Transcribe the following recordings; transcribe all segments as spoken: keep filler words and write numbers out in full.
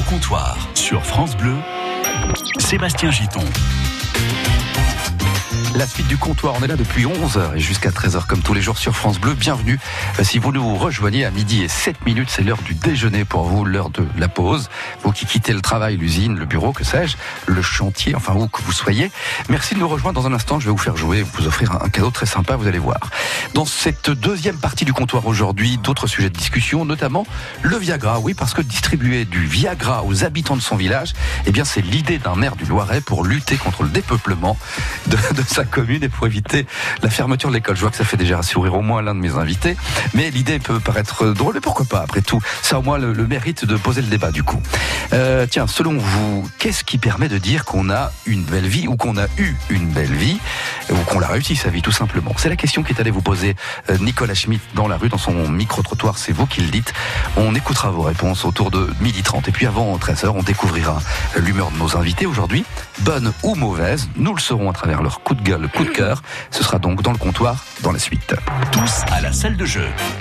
comptoir sur France Bleu, Sébastien Giton. La suite du comptoir, on est là depuis onze heures et jusqu'à treize heures comme tous les jours sur France Bleu. Bienvenue. Si vous nous rejoignez à midi et sept minutes, c'est l'heure du déjeuner pour vous, l'heure de la pause. Vous qui quittez le travail, l'usine, le bureau, que sais-je, le chantier, enfin où que vous soyez. Merci de nous rejoindre. Dans un instant, je vais vous faire jouer, vous offrir un cadeau très sympa, vous allez voir. Dans cette deuxième partie du comptoir aujourd'hui, d'autres sujets de discussion, notamment le Viagra. Oui, parce que distribuer du Viagra aux habitants de son village, eh bien c'est l'idée d'un maire du Loiret pour lutter contre le dépeuplement de, de sa commune et pour éviter la fermeture de l'école. Je vois que ça fait déjà sourire au moins l'un de mes invités, mais l'idée peut paraître drôle, mais pourquoi pas après tout. Ça a au moins le, le mérite de poser le débat du coup. Euh, tiens, selon vous, qu'est-ce qui permet de dire qu'on a une belle vie ou qu'on a eu une belle vie ou qu'on l'a réussi sa vie tout simplement? C'est la question qu'est allé vous poser Nicolas Schmitt dans la rue, dans son micro-trottoir, c'est vous qui le dites. On écoutera vos réponses autour de midi trente et puis avant treize heures, on découvrira l'humeur de nos invités aujourd'hui, bonne ou mauvaise, nous le saurons à travers leur coup de gueule, le coup de cœur. Ce sera donc dans le comptoir, dans la suite. Tous à la salle de jeu.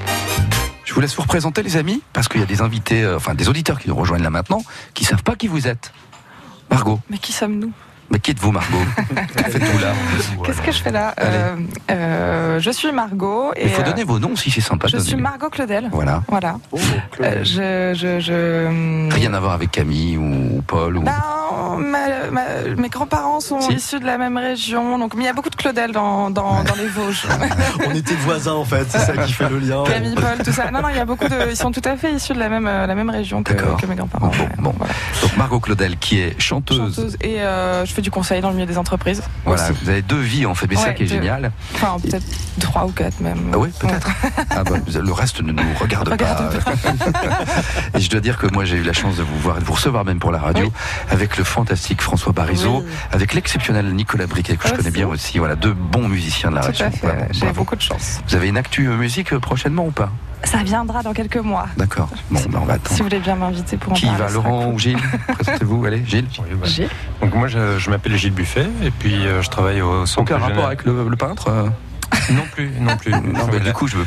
Je vous laisse vous représenter les amis, parce qu'il y a des invités, euh, enfin des auditeurs qui nous rejoignent là maintenant, qui ne savent pas qui vous êtes. Margot. Mais qui sommes-nous ? Mais qui êtes-vous, Margot? Que faites-vous là? Qu'est-ce que je fais là? euh, euh, Je suis Margot. Il faut donner vos noms si c'est sympa. Je de suis donner. Margot Claudel. Voilà. Voilà. Oh, euh, je, je, je... Rien à voir avec Camille ou Paul ou... Ben, ma, ma, mes grands-parents sont si. issus de la même région, donc mais il y a beaucoup de Claudel dans, dans, ouais. dans les Vosges. On était voisins en fait, c'est ça qui fait le lien. Camille, Paul, tout ça. Non, non, il y a beaucoup de. Ils sont tout à fait issus de la même, la même région que, que mes grands-parents. Bon, ouais. bon. Voilà. Donc Margot Claudel qui est chanteuse. Chanteuse et euh, je fais du conseil dans le milieu des entreprises. Voilà, aussi. vous avez deux vies en fait, mais ouais, ça qui est deux. génial. Enfin, peut-être trois ou quatre même. Ah oui, peut-être. Ouais. Ah bah, le reste ne nous regarde, regarde pas. pas. Et je dois dire que moi j'ai eu la chance de vous voir et de vous recevoir même pour la radio, oui. avec le fantastique François Barizot, oui. avec l'exceptionnel Nicolas Briquet que aussi. je connais bien aussi. Voilà, deux bons musiciens de la Tout radio. Voilà, j'ai beaucoup de chance. Vous avez une actu musique prochainement ou pas? Ça viendra dans quelques mois. D'accord. Bon, ben on va attendre. Si vous voulez bien m'inviter pour en Qui parler. Qui va, Laurent cool. ou Gilles? Présentez-vous, allez, Gilles. Oui, bah. Gilles. Donc moi, je, je m'appelle Gilles Buffet et puis euh, je travaille au centre. Aucun rapport avec le, le peintre euh... Non plus, non plus. non, mais du coup, je veux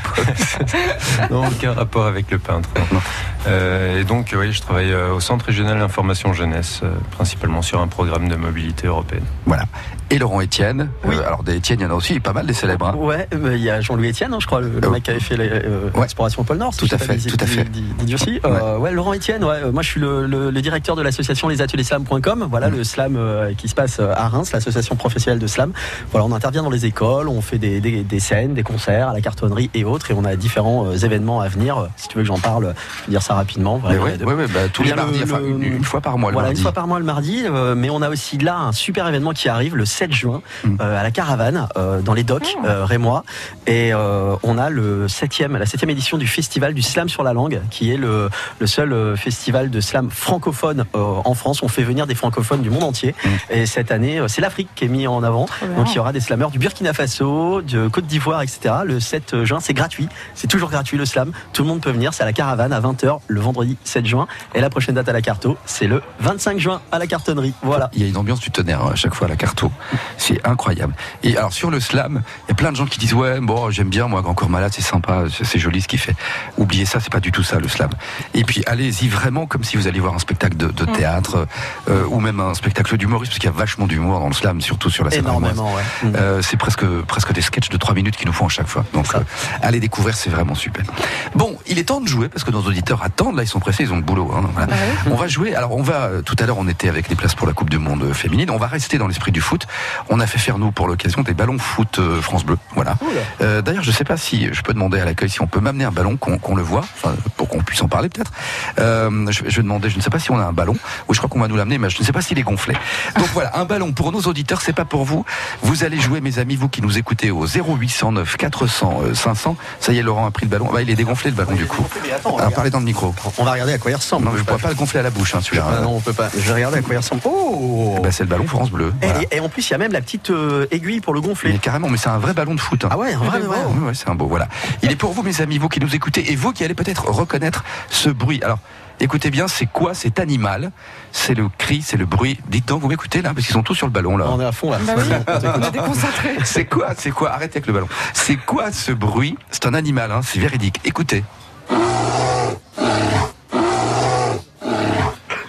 pas. non, aucun rapport avec le peintre. Non. Euh, et donc, oui, je travaille euh, au Centre régional d'information jeunesse, euh, principalement sur un programme de mobilité européenne. Voilà. Et Laurent Etienne. Oui. Euh, alors, des Etienne, il y en a aussi pas mal des célèbres. Hein. Ouais, il euh, y a Jean-Louis Etienne, hein, je crois, le, le euh, mec qui avait fait l'exploration euh, ouais. au pôle Nord. Tout à fait, tout à fait. D'Idursi. Ouais. Euh, ouais, Laurent Etienne, ouais, moi je suis le, le, le directeur de l'association les ateliers slam point com. Voilà, mmh. le slam euh, qui se passe à Reims, l'association professionnelle de slam. Voilà, on intervient dans les écoles, on fait des, des, des scènes, des concerts, à la cartonnerie et autres, et on a différents euh, événements à venir. Si tu veux que j'en parle, je vais dire ça rapidement. Voilà, oui, oui, bah, tous les mardis, enfin, une, une fois par mois le voilà, mardi. Une fois par mois le mardi, euh, mais on a aussi là un super événement qui arrive le sept juin mmh. euh, à la Caravane, euh, dans les docks mmh. euh, rémois, et euh, on a le septième, la septième édition du festival du slam sur la langue, qui est le, le seul euh, festival de slam francophone euh, en France. On fait venir des francophones du monde entier, mmh. et cette année, euh, c'est l'Afrique qui est mis en avant. Mmh. Donc il y aura des slameurs du Burkina Faso, de Côte d'Ivoire, et cetera. Le sept juin, c'est gratuit, c'est toujours gratuit le slam. Tout le monde peut venir, c'est à la Caravane à vingt heures le vendredi sept juin. Et la prochaine date à la Carto, c'est le vingt-cinq juin à la Cartonnerie. Voilà. Il y a une ambiance du tonnerre hein, à chaque fois à la Carto. C'est incroyable. Et alors sur le slam, il y a plein de gens qui disent ouais, bon, j'aime bien moi Grand Corps Malade, c'est sympa, c'est joli ce qu'il fait. Oubliez ça, c'est pas du tout ça le slam. Et puis allez-y vraiment comme si vous alliez voir un spectacle de, de théâtre euh, ou même un spectacle d'humoriste, parce qu'il y a vachement d'humour dans le slam, surtout sur la scène. Énormément, ouais. Euh, c'est presque presque des sketchs de trois minutes qu'ils nous font à chaque fois. Donc euh, allez découvrir, c'est vraiment super. Bon, il est temps de jouer parce que nos auditeurs attendent, là ils sont pressés, ils ont le boulot. Hein, voilà. On va jouer, alors on va, tout à l'heure on était avec les places pour la Coupe du Monde féminine, on va rester dans l'esprit du foot. On a fait faire nous pour l'occasion des ballons foot euh, France Bleu, voilà. Euh, d'ailleurs je sais pas si je peux demander à l'accueil si on peut m'amener un ballon, qu'on qu'on le voit, enfin, pour qu'on puisse en parler peut-être. Euh, je, je vais demander, je ne sais pas si on a un ballon, ou je crois qu'on va nous l'amener, mais je ne sais pas s'il est gonflé. Donc voilà, un ballon pour nos auditeurs, c'est pas pour vous. Vous allez jouer mes amis, vous qui nous écoutez au zéro huit cent neuf quatre cents cinq cents. Ça y est, Laurent a pris le ballon. Bah, il est dégonflé le ballon du coup. Alors parlez dans le micro. On va regarder à quoi il ressemble. Non, je ne pourrais pas le gonfler à la bouche, hein, celui-là. Ah non, on peut pas. Je vais regarder à quoi il ressemble. Oh eh ben, c'est le ballon France Bleu. Et, voilà. et, et en plus, il y a même la petite euh, aiguille pour le gonfler. Mais carrément, mais c'est un vrai ballon de foot. Hein. Ah ouais, un vrai, ouais, ouais, ouais, ouais, c'est un beau. Voilà. Il est pour vous, mes amis, vous qui nous écoutez, et vous qui allez peut-être reconnaître ce bruit. Alors, écoutez bien, c'est quoi cet animal? C'est le cri, c'est le bruit. Dites donc, vous m'écoutez là, parce qu'ils sont tous sur le ballon là. On est à fond là. Bah oui, on est déconcentré. C'est quoi, c'est quoi? Arrêtez avec le ballon. C'est quoi ce bruit? C'est un animal, hein, c'est véridique. Écoutez.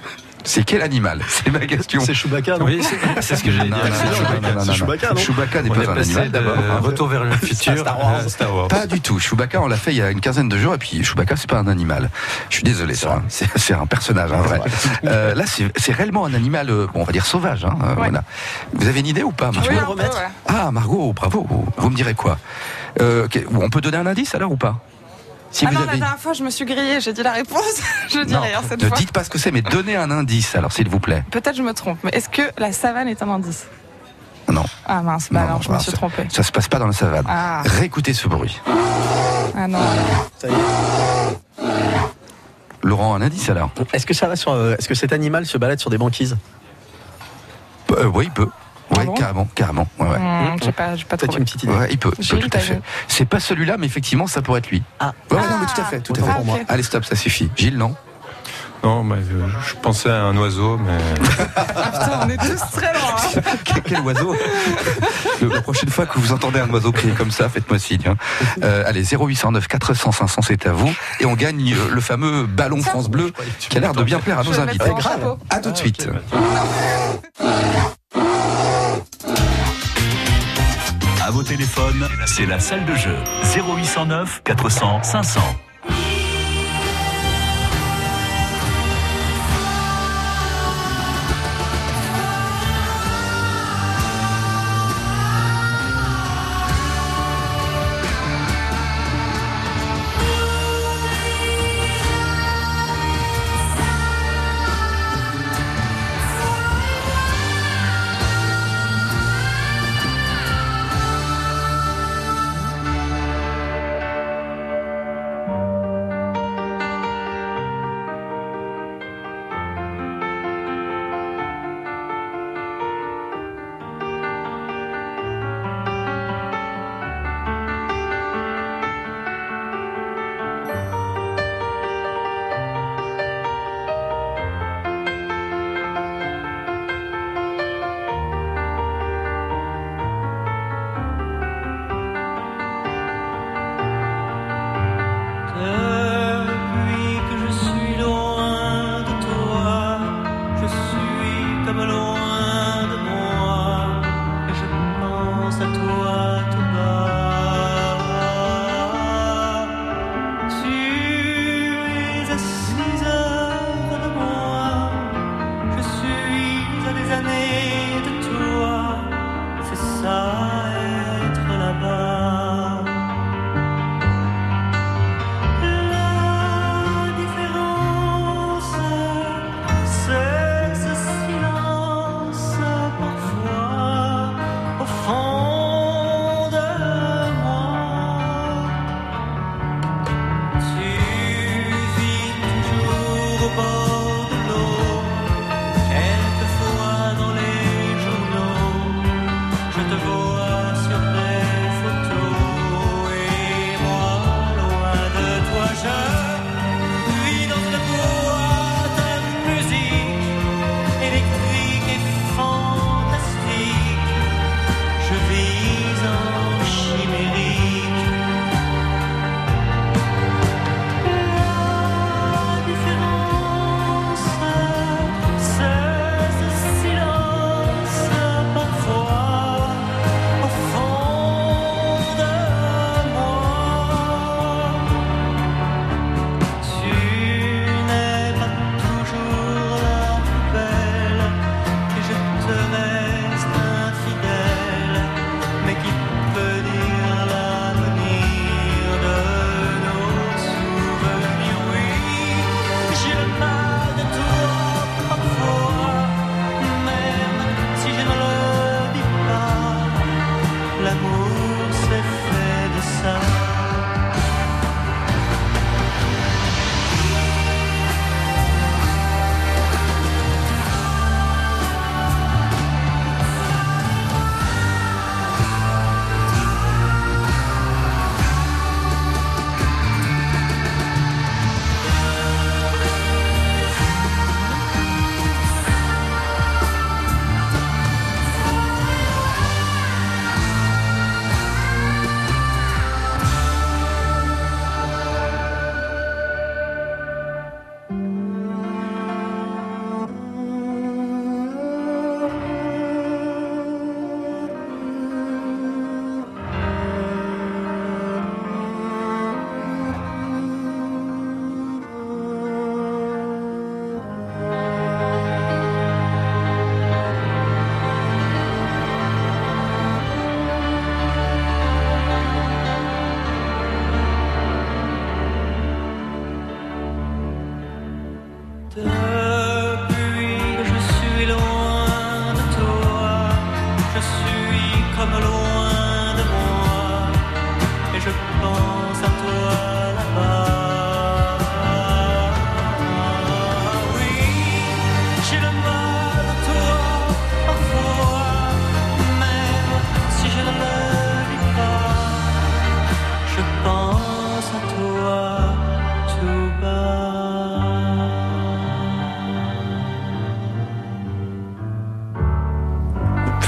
C'est quel animal? C'est ma question. C'est Chewbacca, non? Oui, c'est, c'est ce que j'allais dire. Non, non, non, C'est non, non, non, non. Chewbacca, non Chewbacca n'est On pas est un passé animal de d'abord. Retour vers le futur Star Wars. à Star Wars. Pas du tout. Chewbacca, on l'a fait il y a une quinzaine de jours, et puis Chewbacca, c'est pas un animal. Je suis désolé, ça. hein. C'est, c'est un personnage, un vrai. Euh, là, c'est, c'est réellement un animal, euh, bon, on va dire sauvage. Hein, euh, Ouais. voilà. Vous avez une idée ou pas, Margot? Oui, le un peu, remettre ouais. Ah, Margot, bravo. Vous me direz quoi? euh, ok, On peut donner un indice alors ou pas? Si Ah vous non, avez... la dernière fois, je me suis grillée, j'ai dit la réponse. Je dis Non, rien cette ne fois. dites pas ce que c'est, mais donnez un indice alors, s'il vous plaît. Peut-être je me trompe, mais est-ce que la savane est un indice? Non. Ah mince, bah Non, alors non, je me alors, suis ça- trompée. Ça se passe pas dans la savane. Ah. Réécoutez ce bruit. Ah non. Ça y est. Laurent, un indice alors? Est-ce que ça va sur, euh, est-ce que cet animal se balade sur des banquises? Euh, Oui, il peut. Oui, Ah bon carrément, carrément. Ouais, ouais. Hum, j'ai pas, j'ai pas Peut-être trouvé. une petite idée. Ouais, il peut, il J'ai peut eu tout à ta fait. gueule. C'est pas celui-là, mais effectivement, ça pourrait être lui. Ah. Ouais, ouais, Ah. non, mais tout à fait, tout à Autant fait. pour moi. Ok. Allez, stop, ça suffit. Gilles, non? Non, bah, euh, je pensais à un oiseau, mais Ah putain, on est tous très loin. hein. Quel, quel oiseau! Le- La prochaine fois que vous entendez un oiseau crier comme ça, faites-moi signe. hein. Euh, allez, zéro huit cent neuf quatre cents cinq cents, c'est à vous. Et on gagne euh, le fameux ballon France Bleu qui a l'air de bien plaire à Je nos vais le mettre invités. dans le chapeau. À tout de suite. À vos téléphones, c'est la salle de jeu. zéro huit cent neuf quatre cents cinq cents.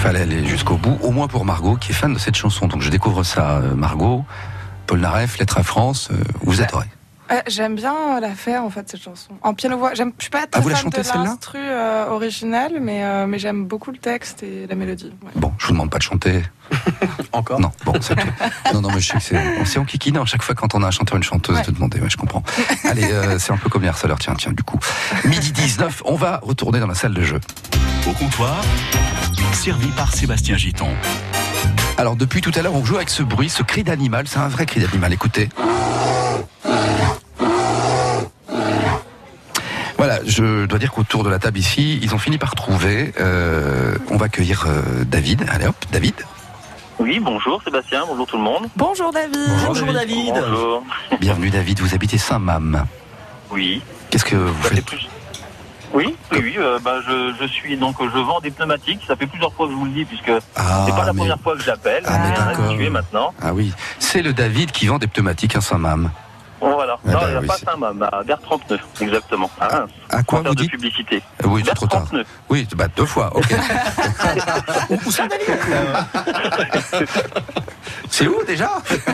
fallait aller jusqu'au bout, au moins pour Margot, qui est fan de cette chanson. Donc je découvre ça, euh, Margot, Paul Naref, Lettre à France, euh, vous adorez. Euh, j'aime bien la faire en fait cette chanson en piano-voix. J'aime, je suis pas très ah, vous la fan chantez, de celle-là l'instru euh, original, mais euh, mais j'aime beaucoup le texte et la mélodie. Ouais. Bon, je vous demande pas de chanter. Encore ? Non, bon, c'est tout. Non, non, mais je sais que c'est, on s'est enquiquinant à chaque fois quand on a un chanteur ou une chanteuse ouais. de demander. Ouais, je comprends. Allez, euh, c'est un peu comme les harceleurs. Tiens, tiens, du coup, midi dix-neuf, on va retourner dans la salle de jeu. Au comptoir, servi par Sébastien Giton. Alors depuis tout à l'heure, on joue avec ce bruit, ce cri d'animal. C'est un vrai cri d'animal. Écoutez. Voilà, je dois dire qu'autour de la table ici, ils ont fini par trouver. Euh, on va accueillir euh, David. Allez hop, David. Oui, bonjour Sébastien, bonjour tout le monde. Bonjour David. Bonjour David. Bonjour. Bienvenue David, vous habitez Saint-Mame. Oui. Qu'est-ce que vous Ça fait faites plus... Oui, oui, oui. Euh, bah, je, je suis donc je vends des pneumatiques. Ça fait plusieurs fois que je vous le dis puisque Ah, c'est pas la mais- première fois que j'appelle. Ah, mais je suis d'accord. habitué maintenant. Ah oui, c'est le David qui vend des pneumatiques à Saint-Mame. Bon, voilà. Ah non, bah il n'y a oui, pas c'est- Saint-Mame, à vers trente-neuf, exactement. À Reims. À quoi Pour faire vous de dites publicité. Euh, Oui, c'est Vers trop tard. trente-neuf. Oui, bah deux fois, ok. C'est où déjà?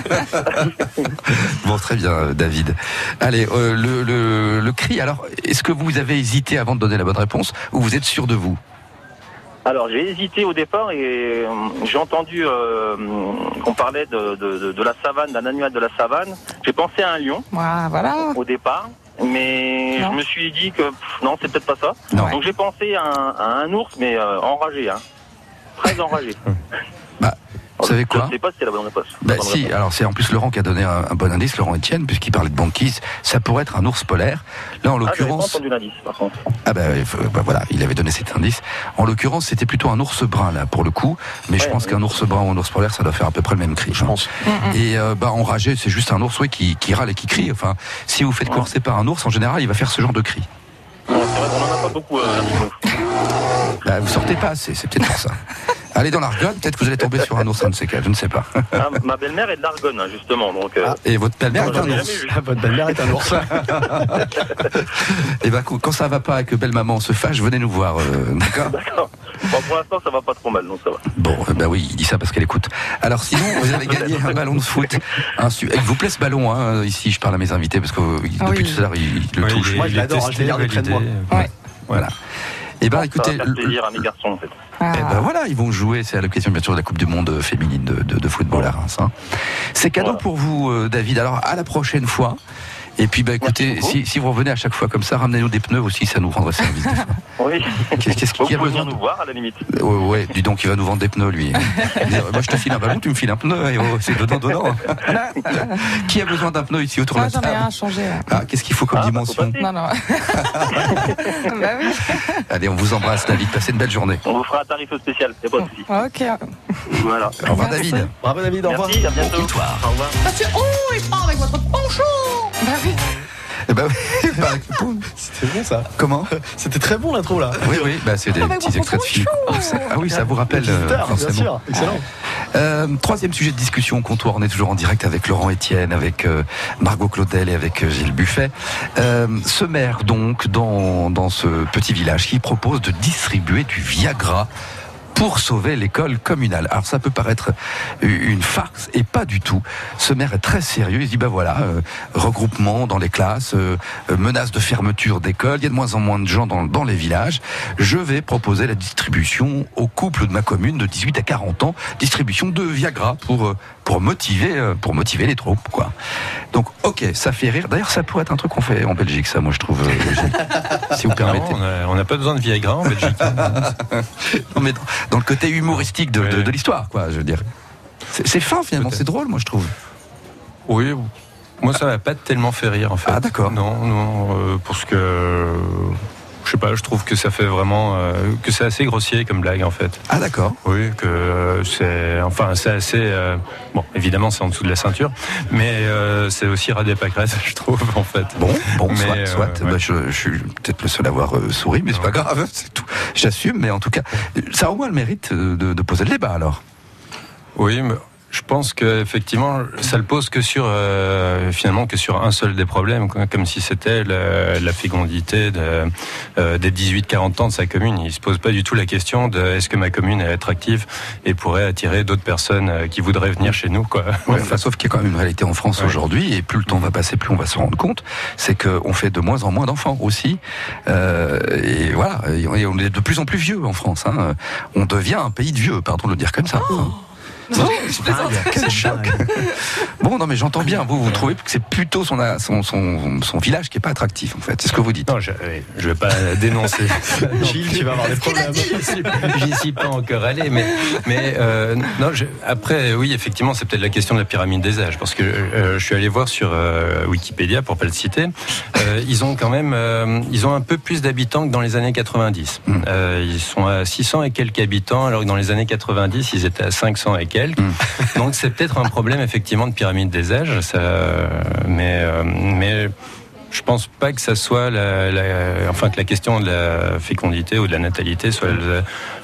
Bon, très bien, euh, David. Allez, euh, le, le, le cri, alors, est-ce que vous avez hésité avant de donner la bonne réponse ou vous êtes sûr de vous? Alors j'ai hésité au départ et euh, j'ai entendu euh, qu'on parlait de, de, de, de la savane, d'un animal de la savane. J'ai pensé à un lion Ah, voilà. au départ, mais Non. je me suis dit que pff, non, c'est peut-être pas ça. Non. Donc j'ai pensé à un, à un ours, mais euh, enragé, hein. Très enragé. Bah, vous savez quoi? Je ne sais pas si c'est la bonne réponse. Bah La bonne si, réponse. alors c'est en plus Laurent qui a donné un, un bon indice, Laurent Etienne, puisqu'il parlait de banquise. Ça pourrait être un ours polaire. Là, en Ah, j'avais pas l'occurrence, entendu l'indice, par contre. ah bah, euh, bah voilà, il avait donné cet indice. En l'occurrence, c'était plutôt un ours brun là pour le coup, mais je Ouais, pense ouais. qu'un ours brun ou un ours polaire, ça doit faire à peu près le même cri. Je pense. Et euh, bah enragé, c'est juste un ours oui, qui, qui râle et qui crie. Enfin, si vous faites courser par un ours, en général, il va faire ce genre de cri. Non, c'est vrai qu'on n'en a pas beaucoup. Euh, chez nous. Bah, vous sortez pas assez, c'est peut-être pour ça. Allez dans l'Argonne, peut-être que vous allez tomber sur un ours, un de ces quatre, je ne sais pas. Ah, ma belle-mère est de l'Argonne, hein, justement. Donc, euh, Et votre belle-mère non, est j'en un ai ours. jamais vu. Ah, votre belle-mère est un ours. Et bah quand ça va pas et que belle maman se fâche, venez nous voir, euh, d'accord? D'accord. Bon, pour l'instant, ça va pas trop mal, donc ça va. Bon, euh, bah oui, il dit ça parce qu'elle écoute. Alors sinon, vous avez gagné un ballon de foot. Un su- Il vous plaît ce ballon, hein, ici, je parle à mes invités parce que euh, depuis Ah oui. tout à l'heure, il, il le Oui, touche. il est- Moi, je il est l'adore, testé, je l'ai gardé près de moi. validé. Ouais. Voilà. Et ben Ça écoutez, va faire plaisir à mes garçons, en fait. Ah. eh ben voilà, ils vont jouer, c'est à l'occasion bien sûr de la Coupe du Monde féminine de, de, de football à Reims. Hein. C'est cadeau Voilà. pour vous, euh, David. Alors à la prochaine fois. Et puis bah écoutez, beaucoup. si, si vous revenez à chaque fois comme ça, ramenez-nous des pneus aussi, ça nous rendrait service. des fois. Oui. Qu'est-ce qu'est-ce Vous qui a pouvez besoin venir de... nous voir, à la limite. Ouais, ouais, dis donc, il va nous vendre des pneus, lui. Dire, moi, je te file un ballon, tu me files un pneu, et oh, c'est donnant, donnant. Qui a besoin d'un pneu ici autour de Ah, la j'en ai un table? à changer. là. Ah, qu'est-ce qu'il faut comme Ah, bah, dimension? faut passer. Non, non. Bah oui. Allez, on vous embrasse, David, passez une belle journée. On vous fera un tarif spécial, c'est pas de souci. Ok. Voilà. Au revoir, Merci. David. Bravo David, au revoir. Merci, à bientôt. comptoir. Au revoir. Bah oui. Eh ben oui, bah, écoute, C'était bon ça. comment? C'était très bon l'intro là. Oui, oui, bah, c'est des Avec petits votre extraits de films. Ah oui, ça vous rappelle euh, Guitare, bien forcément. sûr, excellent. Euh, troisième sujet de discussion au comptoir, on est toujours en direct avec Laurent Etienne, avec euh, Margot Claudel et avec euh, Gilles Buffet. Euh, ce maire donc dans, dans ce petit village qui propose de distribuer du Viagra pour sauver l'école communale. Alors ça peut paraître une farce et pas du tout. Ce maire est très sérieux, il dit ben voilà, euh, regroupement dans les classes, euh, euh, menace de fermeture d'école, il y a de moins en moins de gens dans, dans les villages. Je vais proposer la distribution aux couples de ma commune de dix-huit à quarante ans, distribution de Viagra pour, euh, pour, motiver, euh, pour motiver les troupes, quoi. Donc ok, ça fait rire. D'ailleurs ça pourrait être un truc qu'on fait en Belgique, ça moi je trouve, euh, Gilles, si vous Non, permettez. on a- on n'a pas besoin de Viagra en Belgique. Non mais dans, dans le côté humoristique de, de, Ouais. de l'histoire, quoi, je veux dire. C'est c'est fin finalement, Peut-être. c'est drôle, moi je trouve. Oui, moi ça m'a pas tellement fait rire en fait. Ah, d'accord. Non, non, euh, parce que euh, je sais pas, je trouve que ça fait vraiment euh, que c'est assez grossier comme blague en fait. Ah d'accord. Oui, que euh, c'est enfin c'est assez euh, bon, évidemment c'est en dessous de la ceinture, mais euh, c'est aussi ras des pâquerettes, je trouve en fait. Bon, bon, Mais, soit, euh, soit. ouais. Bah, je, je suis peut-être le seul à avoir euh, souri, mais c'est pas grave, c'est tout. J'assume, mais en tout cas, ça a au moins le mérite euh, de, de poser le débat alors. Oui, mais Je pense que effectivement, ça le pose que sur euh, finalement que sur un seul des problèmes, quoi, comme si c'était la, la fécondité de, euh, des dix-huit quarante ans de sa commune. Il se pose pas du tout la question de est-ce que ma commune est attractive et pourrait attirer d'autres personnes qui voudraient venir chez nous, quoi. Ouais, enfin, sauf qu'il y a quand même une réalité en France ouais. aujourd'hui, et plus le temps va passer, plus on va se rendre compte, c'est qu'on fait de moins en moins d'enfants aussi. Euh, et voilà, et on est de plus en plus vieux en France. Hein. On devient un pays de vieux, pardon de le dire comme ça. Oh. Non, je plaisante. Quel choc. Bon, non, mais j'entends bien. Vous, vous trouvez que c'est plutôt son, son, son, son village qui est pas attractif, en fait. C'est ce que vous dites. Non, je, je vais pas dénoncer. Gilles, tu vas avoir des problèmes. J'y suis pas encore allé, mais, mais euh, non. Je, après, oui, effectivement, c'est peut-être la question de la pyramide des âges, parce que euh, je suis allé voir sur euh, Wikipédia, pour pas le citer. Euh, ils ont quand même, euh, ils ont un peu plus d'habitants que dans les années quatre-vingt-dix. Mm. Euh, ils sont à six cents et quelques habitants, alors que dans les années quatre-vingt-dix, ils étaient à cinq cents et quelques. Mmh. Donc c'est peut-être un problème effectivement de pyramide des âges, ça, mais euh, mais je pense pas que ça soit la, la, enfin que la question de la fécondité ou de la natalité soit le,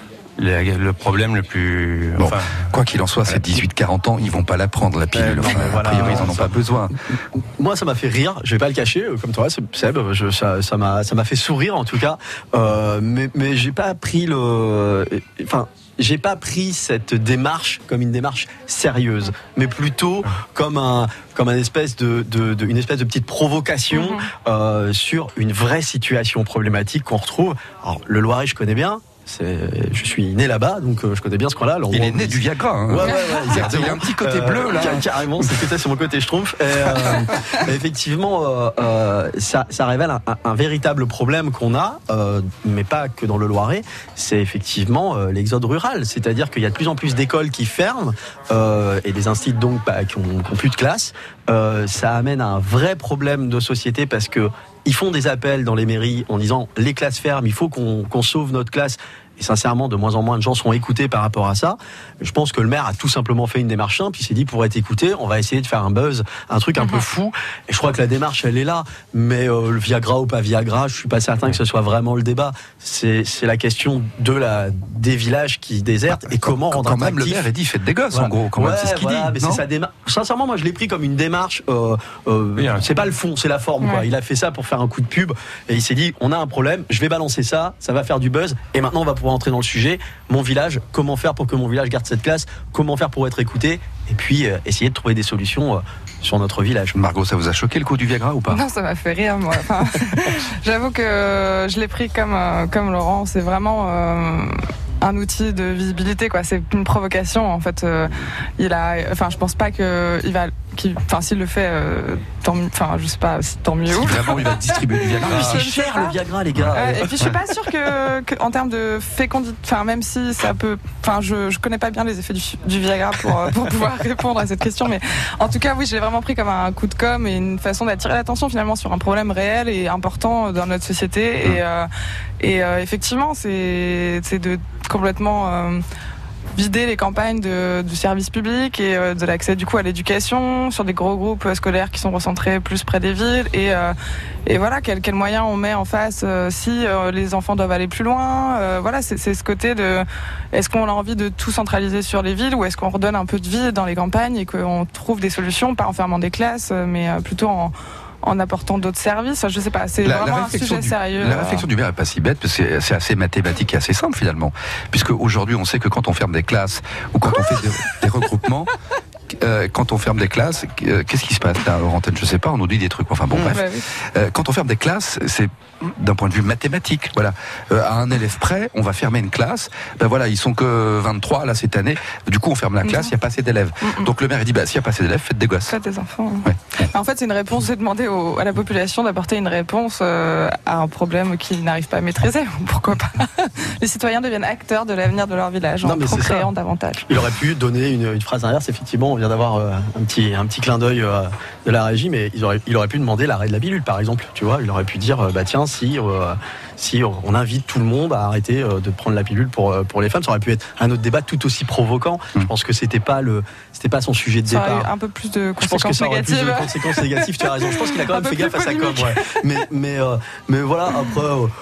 le, le problème le plus. Bon, enfin, quoi qu'il en soit, ces dix-huit quarante ans, ils vont pas la prendre la pilule. Enfin, non, voilà, a priori, ils en ont pas besoin. Moi, ça m'a fait rire. Je vais pas le cacher, comme toi, Seb. Je, ça, ça m'a, ça m'a fait sourire en tout cas. Euh, mais, mais j'ai pas pris le. Enfin. J'ai pas pris cette démarche comme une démarche sérieuse, mais plutôt comme un comme un espèce de, de, de une espèce de petite provocation mmh. euh, sur une vraie situation problématique qu'on retrouve. Alors le Loiret, je connais bien. C'est, je suis né là-bas, donc euh, je connais bien ce coin-là. Il est né du Viagra. Hein. Ouais, ouais, ouais. Il y a un petit côté euh, bleu là. Carrément, c'est peut-être sur mon côté schtroumpf. Et, euh, effectivement, euh, euh, ça, ça révèle un, un, un véritable problème qu'on a, euh, mais pas que dans le Loiret. C'est effectivement euh, l'exode rural, c'est-à-dire qu'il y a de plus en plus d'écoles qui ferment euh, et des instituts donc bah, qui ont, qui ont plus de classe. Euh, ça amène à un vrai problème de société parce que ils font des appels dans les mairies en disant les classes ferment, il faut qu'on, qu'on sauve notre classe. Et sincèrement, de moins en moins de gens seront écoutés par rapport à ça. Je pense que le maire a tout simplement fait une démarche simple. Il s'est dit, pour être écouté, on va essayer de faire un buzz, un truc un mmh. peu fou. Et je crois que la démarche, elle est là. Mais euh, le Viagra ou pas Viagra, je suis pas certain que ce soit vraiment le débat. C'est, c'est la question de la, des villages qui désertent et comment rendre quand même attractif. Le maire a dit, faites des gosses, voilà. En gros. Quand ouais, même, c'est ce qu'il voilà, dit. Mais c'est sa démarche. Sincèrement, moi, je l'ai pris comme une démarche. Euh, euh, oui, hein. C'est pas le fond, c'est la forme. Ouais. Quoi. Il a fait ça pour faire un coup de pub. Et il s'est dit, on a un problème, je vais balancer ça, ça va faire du buzz. Et maintenant, on va pouvoir entrer dans le sujet. Mon village, comment faire pour que mon village garde cette classe, comment faire pour être écouté, et puis euh, essayer de trouver des solutions euh, sur notre village. Margot, ça vous a choqué le coup du Viagra ou pas? Non, ça m'a fait rire, moi. Enfin, j'avoue que je l'ai pris comme, euh, comme Laurent, c'est vraiment euh, un outil de visibilité, quoi. C'est une provocation, en fait. Euh, il a, enfin, je pense pas que il va, qu'il, enfin, s'il le fait, euh, tant, enfin, je sais pas, tant mieux. Si vraiment il va distribuer du Viagra. Mais c'est cher le Viagra, les gars. Euh, et puis je suis pas sûre que, que en termes de fécondité, enfin, même si ça peut, enfin, je, je connais pas bien les effets du, du Viagra pour, pour pouvoir répondre à cette question, mais en tout cas, oui, je l'ai vraiment pris comme un coup de com' et une façon d'attirer l'attention finalement sur un problème réel et important dans notre société. Et, euh, et euh, effectivement, c'est, c'est de complètement euh, vider les campagnes de, du service public et euh, de l'accès du coup à l'éducation sur des gros groupes scolaires qui sont recentrés plus près des villes et, euh, et voilà quel, quel moyen on met en face euh, si euh, les enfants doivent aller plus loin. Euh, voilà, c'est, c'est ce côté de est-ce qu'on a envie de tout centraliser sur les villes ou est-ce qu'on redonne un peu de vie dans les campagnes et qu'on trouve des solutions, pas en fermant des classes mais euh, plutôt en en apportant d'autres services. Je sais pas, c'est la, vraiment la un sujet du, sérieux. La réflexion du maire est pas si bête, parce que c'est, c'est assez mathématique et assez simple finalement. Puisque aujourd'hui, on sait que quand on ferme des classes ou quand Quoi on fait des, des regroupements, euh, quand on ferme des classes, euh, qu'est-ce qui se passe là, hors antenne? Je sais pas, on nous dit des trucs. Enfin bon, mmh, bref. Bah oui. euh, quand on ferme des classes, c'est d'un point de vue mathématique. Voilà, euh, à un élève près, on va fermer une classe. Ben voilà, ils sont que vingt-trois là cette année. Du coup, on ferme la classe, il mmh. y a pas assez d'élèves. Mmh. Donc le maire il dit bah s'il y a pas assez d'élèves, faites des gosses. Faites des enfants. Ouais. En fait, c'est une réponse. C'est demander au, à la population d'apporter une réponse euh, à un problème qu'ils n'arrivent pas à maîtriser. Pourquoi pas? Les citoyens deviennent acteurs de l'avenir de leur village non, en procréant davantage. Il aurait pu donner une, une phrase inverse. Effectivement, on vient d'avoir euh, un petit un petit clin d'œil euh, de la régie, mais il aurait il aurait pu demander l'arrêt de la pilule, par exemple. Tu vois, il aurait pu dire euh, bah tiens si euh, si on invite tout le monde à arrêter euh, de prendre la pilule pour pour les femmes, ça aurait pu être un autre débat tout aussi provoquant. Mmh. Je pense que c'était pas le c'était pas son sujet de ça départ. Aurait eu un peu plus de conséquences je pense que ça aurait négatives. Plus de conséquences négatives. Tu as raison. Je pense qu'il a quand même fait gaffe à sa com. Ouais. Mais mais euh, mais voilà après. Euh,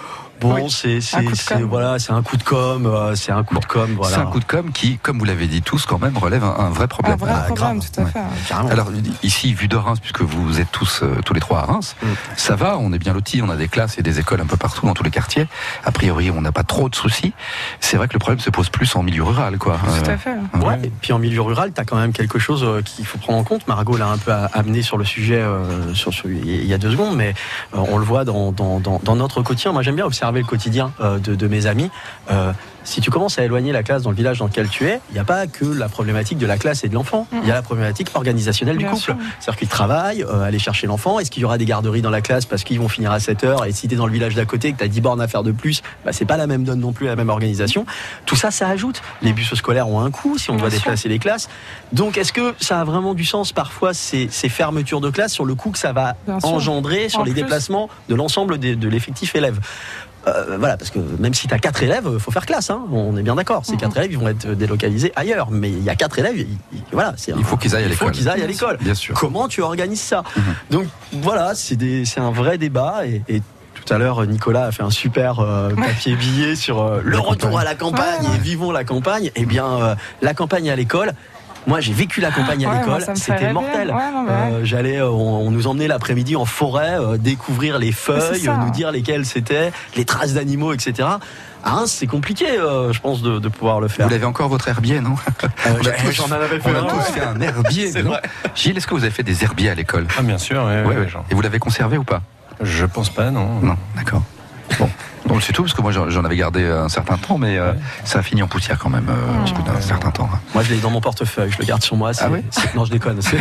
Bon, Oui. c'est c'est Un coup de c'est com'. voilà, c'est un coup de com, euh, c'est un coup de com, voilà. C'est un coup de com' qui, comme vous l'avez dit tous, quand même relève un, un vrai problème. Un vrai Ah, problème, grave. tout à Ouais. fait. Carrément. Alors ici, vu de Reims, puisque vous êtes tous euh, tous les trois à Reims, Mm. ça va, on est bien lotis, on a des classes et des écoles un peu partout dans tous les quartiers. A priori, on n'a pas trop de soucis. C'est vrai que le problème se pose plus en milieu rural, quoi. Tout Euh, à fait. Ouais, et puis en milieu rural, tu as quand même quelque chose euh, qu'il faut prendre en compte. Margot l'a un peu a- amené sur le sujet euh, sur, sur- il y a deux secondes, mais euh, on le voit dans, dans, dans, dans notre quotidien. Moi, j'aime bien observer le quotidien euh, de, de mes amis. Euh, si tu commences à éloigner la classe dans le village dans lequel tu es, il n'y a pas que la problématique de la classe et de l'enfant. Il y a la problématique organisationnelle du Bien couple. sûr. C'est-à-dire qu'ils travaillent, euh, aller chercher l'enfant. Est-ce qu'il y aura des garderies dans la classe parce qu'ils vont finir à sept heures? Et si tu es dans le village d'à côté et que tu as dix bornes à faire de plus, bah, c'est pas la même donne non plus, la même organisation. Tout ça, ça ajoute. Les bus scolaires ont un coût si on doit Bien sûr. déplacer les classes. Donc, est-ce que ça a vraiment du sens parfois ces, ces fermetures de classes sur le coût que ça va Bien sûr. engendrer sur En les plus. déplacements de l'ensemble des- de l'effectif élève? Euh, voilà, parce que même si tu as quatre élèves, il faut faire classe, hein, on est bien d'accord. Ces Mhm. quatre élèves, ils vont être délocalisés ailleurs, mais il y a quatre élèves, il, il- voilà, c'est Il un- faut qu'ils aillent à il faut l'école. qu'ils aillent à l'école. Bien sûr. Comment tu organises ça? Mhm. Donc voilà, c'est des- c'est un vrai débat et, et tout à l'heure, Nicolas a fait un super euh, papier billet sur euh, le La retour campagne. à la campagne Ouais, ouais. et vivons la campagne. Eh bien, euh, la campagne à l'école. Moi, j'ai vécu la campagne à Ouais, moi, l'école, ça me fait c'était rêver. mortel. Ouais, non, mais ouais. Euh, J'allais, euh, on, on nous emmenait l'après-midi en forêt, euh, découvrir les feuilles, ça. euh, nous dire lesquelles c'était, les traces d'animaux, et cetera. À Reims, c'est compliqué, euh, je pense, de, de pouvoir le faire. Vous l'avez encore votre herbier, non Euh, On a j'ai- tous- J'en avais fait On a un, tous ouais. fait un herbier. C'est non vrai. Gilles, est-ce que vous avez fait des herbiers à l'école? Ah, bien sûr, ouais, Ouais, ouais, ouais. genre. Et vous l'avez conservé ou pas? Je pense pas, non. Non, d'accord. Bon, donc c'est tout, parce que moi j'en j'en avais gardé un certain temps, mais euh, ça a fini en poussière quand même, euh, au bout d'un certain temps. hein. Moi, je l'ai dans mon portefeuille, je le garde sur moi. c'est- Ah oui c'est- Non, je déconne. c'est-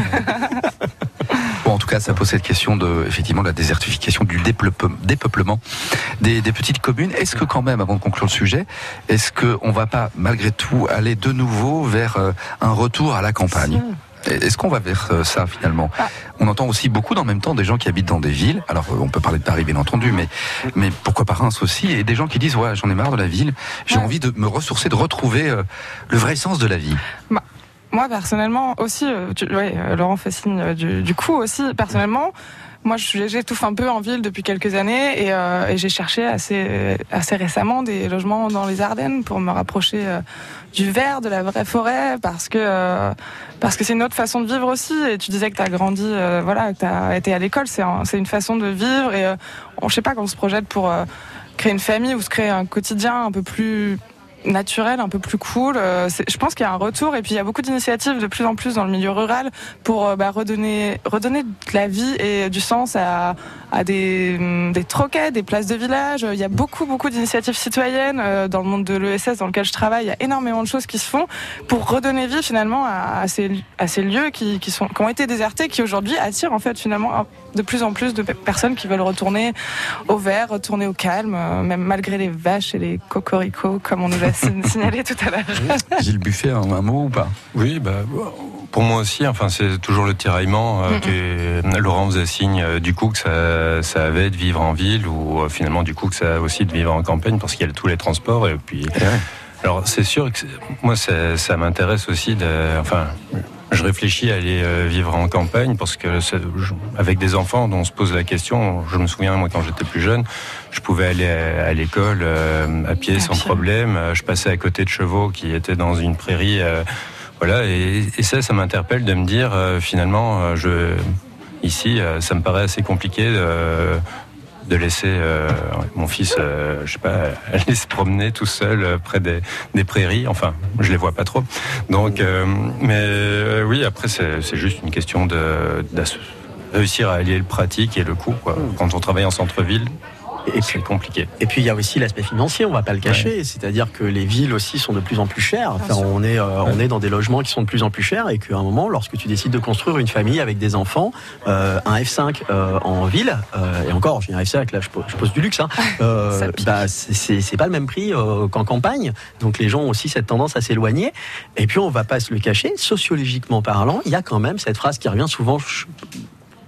Bon, en tout cas, ça pose cette question de, effectivement, de la désertification, du dépeuple- dépeuplement des, des petites communes. Est-ce que quand même, avant de conclure le sujet, est-ce qu'on va pas, malgré tout, aller de nouveau vers euh, un retour à la campagne? Est-ce qu'on va vers euh, ça finalement? Ah. On entend aussi beaucoup dans le même temps des gens qui habitent dans des villes. Alors euh, on peut parler de Paris bien entendu, mais mais pourquoi pas Reims aussi? Et des gens qui disent ouais, j'en ai marre de la ville, j'ai Ouais. envie de me ressourcer, de retrouver euh, le vrai sens de la vie. Moi, personnellement, aussi, euh, tu- ouais, euh, Laurent fait signe euh, du, du coup aussi, personnellement, moi, je- j'étouffe un peu en ville depuis quelques années et, euh, et j'ai cherché assez, assez récemment des logements dans les Ardennes pour me rapprocher euh, du vert, de la vraie forêt, parce que euh, parce que c'est une autre façon de vivre aussi. Et tu disais que tu as grandi, euh, voilà, que tu as été à l'école, c'est un- c'est une façon de vivre et euh, on, je sais pas, quand on se projette pour euh, créer une famille ou se créer un quotidien un peu plus naturel, un peu plus cool. Euh, c'est- je pense qu'il y a un retour et puis il y a beaucoup d'initiatives de plus en plus dans le milieu rural pour euh, bah, redonner, redonner de la vie et du sens à, à des, hum, des troquets, des places de village. Il y a beaucoup, beaucoup d'initiatives citoyennes euh, dans le monde de l'E S S dans lequel je travaille. Il y a énormément de choses qui se font pour redonner vie finalement à, à, ces, à ces lieux qui, qui, sont, qui ont été désertés, qui aujourd'hui attirent en fait finalement de plus en plus de pe- personnes qui veulent retourner au vert, retourner au calme, euh, même malgré les vaches et les cocoricots comme on nous a sign- signalé tout à l'heure. Gilles Buffet, un, un mot ou pas? Oui, bah, pour moi aussi, enfin, c'est toujours le tiraillement euh, que Laurent faisait signe euh, du coup que ça, ça avait de vivre en ville ou euh, finalement du coup que ça a aussi de vivre en campagne parce qu'il y a tous les transports et puis. Alors c'est sûr que c'est- moi ça, ça m'intéresse aussi de, enfin. Je réfléchis à aller euh, vivre en campagne parce que c'est- je- avec des enfants dont on se pose la question, je me souviens moi quand j'étais plus jeune, je pouvais aller à, à l'école euh, à pied À sans pied. problème. Euh, Je passais à côté de chevaux qui étaient dans une prairie, euh, voilà. Et, et ça, ça m'interpelle de me dire euh, finalement, euh, je ici, euh, ça me paraît assez compliqué. Euh, de laisser euh, mon fils, euh, je sais pas, aller se promener tout seul euh, près des, des prairies. Enfin, je les vois pas trop. Donc, euh, mais euh, oui, après c'est c'est juste une question de, de réussir à allier le pratique et le coût, quoi. Quand on travaille en centre-ville, Et puis, c'est compliqué. et puis il y a aussi l'aspect financier, on va pas le cacher, c'est-à-dire que les villes aussi sont de plus en plus chères. Enfin, sûr. on est euh, on est dans des logements qui sont de plus en plus chers et qu'à un moment, lorsque tu décides de construire une famille avec des enfants, euh, un F cinq euh, en ville euh, et encore, j'ai un F cinq là, je pose, je pose du luxe, hein, euh, Ça pique. bah c'est- c'est c'est pas le même prix euh, qu'en campagne. Donc les gens ont aussi cette tendance à s'éloigner. Et puis on va pas se le cacher, sociologiquement parlant, il y a quand même cette phrase qui revient souvent. Je-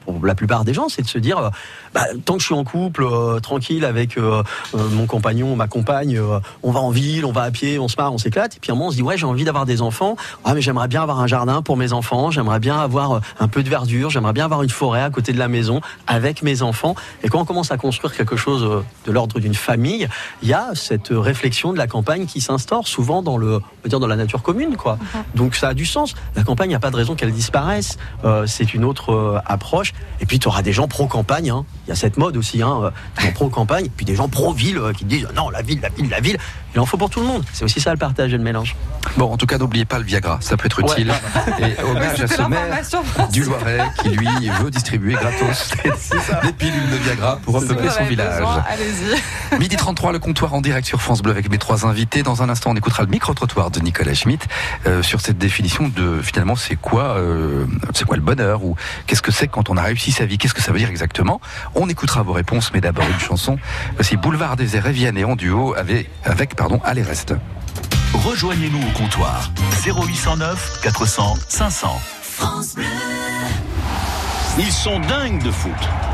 pour la plupart des gens, c'est de se dire, euh, bah, tant que je suis en couple, euh, tranquille avec euh, euh, mon compagnon, ma compagne, euh, on va en ville, on va à pied, on se marre, on s'éclate. Et puis à un moment, on se dit, ouais, j'ai envie d'avoir des enfants. Ah, mais j'aimerais bien avoir un jardin pour mes enfants. J'aimerais bien avoir un peu de verdure. J'aimerais bien avoir une forêt à côté de la maison avec mes enfants. Et quand on commence à construire quelque chose de l'ordre d'une famille, il y a cette réflexion de la campagne qui s'instaure souvent dans le, on peut dire dans la nature commune, quoi. Mm-hmm. Donc ça a du sens. La campagne, il n'y a pas de raison qu'elle disparaisse. Euh, c'est une autre euh, approche. Et puis tu auras des gens pro-campagne. Hein. Il y a cette mode aussi, hein, des gens pro-campagne, puis des gens pro-ville euh, qui disent non, la ville, la ville, la ville. Il en faut pour tout le monde. C'est aussi ça le partage et le mélange. Bon, en tout cas, n'oubliez pas le Viagra. Ça peut être utile. Ouais. Et hommage à ce maire du Loiret qui lui veut distribuer gratos des pilules de Viagra pour repeupler son village. Besoin, allez-y. Midi trente-trois, le comptoir en direct sur France Bleu avec mes trois invités. Dans un instant, on écoutera le micro-trottoir de Nicolas Schmitt euh, sur cette définition de finalement c'est quoi, euh, c'est quoi le bonheur ou qu'est-ce que c'est quand on a réussi sa vie, qu'est-ce que ça veut dire exactement. On écoutera vos réponses, mais d'abord une chanson. Voici Boulevard des Airs et en duo avec, avec pardon, Allez Reste. Rejoignez-nous au comptoir zéro huit cent neuf quatre cents cinq cents. France Bleu. Ils sont dingues de foot.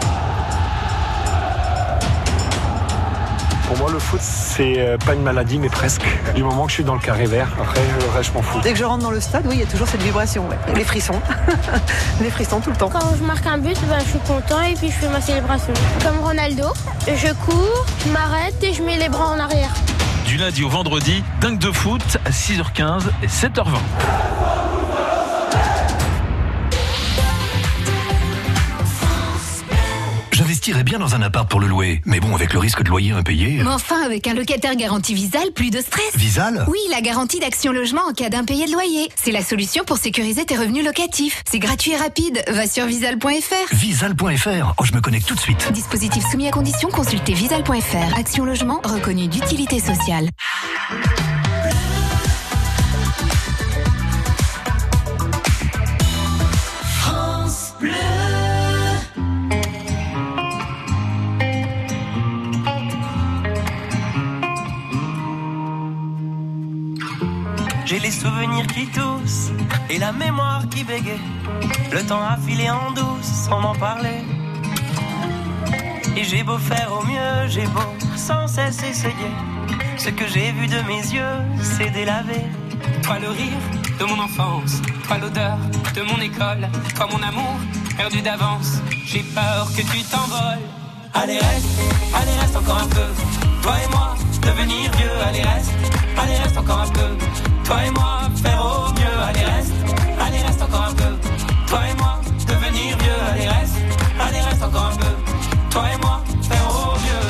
Pour moi, le foot, c'est pas une maladie, mais presque. Du moment que je suis dans le carré vert, après, le reste, je m'en fous. Dès que je rentre dans le stade, oui, il y a toujours cette vibration, ouais. Les frissons. Les frissons tout le temps. Quand je marque un but, ben, je suis content et puis je fais ma célébration. Comme Ronaldo, je cours, je m'arrête et je mets les bras en arrière. Du lundi au vendredi, dingue de foot à six heures quinze et sept heures vingt. J'investirais bien dans un appart pour le louer, mais bon, avec le risque de loyer impayé... Mais enfin, avec un locataire garanti Visal, plus de stress. Visal ? Oui, la garantie d'Action Logement en cas d'impayé de loyer. C'est la solution pour sécuriser tes revenus locatifs. C'est gratuit et rapide. Va sur visal point f r. Visal point f r. Oh, je me connecte tout de suite. Dispositif soumis à conditions, consultez visal point f r. Action Logement, reconnu d'utilité sociale. France Bleu. J'ai les souvenirs qui toussent et la mémoire qui bégaye. Le temps a filé en douce sans m'en parler. Et j'ai beau faire au mieux, j'ai beau sans cesse essayer. Ce que j'ai vu de mes yeux, c'est délavé. Toi le rire de mon enfance, toi l'odeur de mon école, toi mon amour perdu d'avance. J'ai peur que tu t'envoles. Allez reste, allez reste encore un peu. Toi et moi, devenir vieux, allez reste, allez reste encore un peu. Toi et moi, faire au mieux, allez reste, allez reste encore un peu. Toi et moi, devenir vieux, allez reste, allez reste encore un peu. Toi et moi, faire au mieux.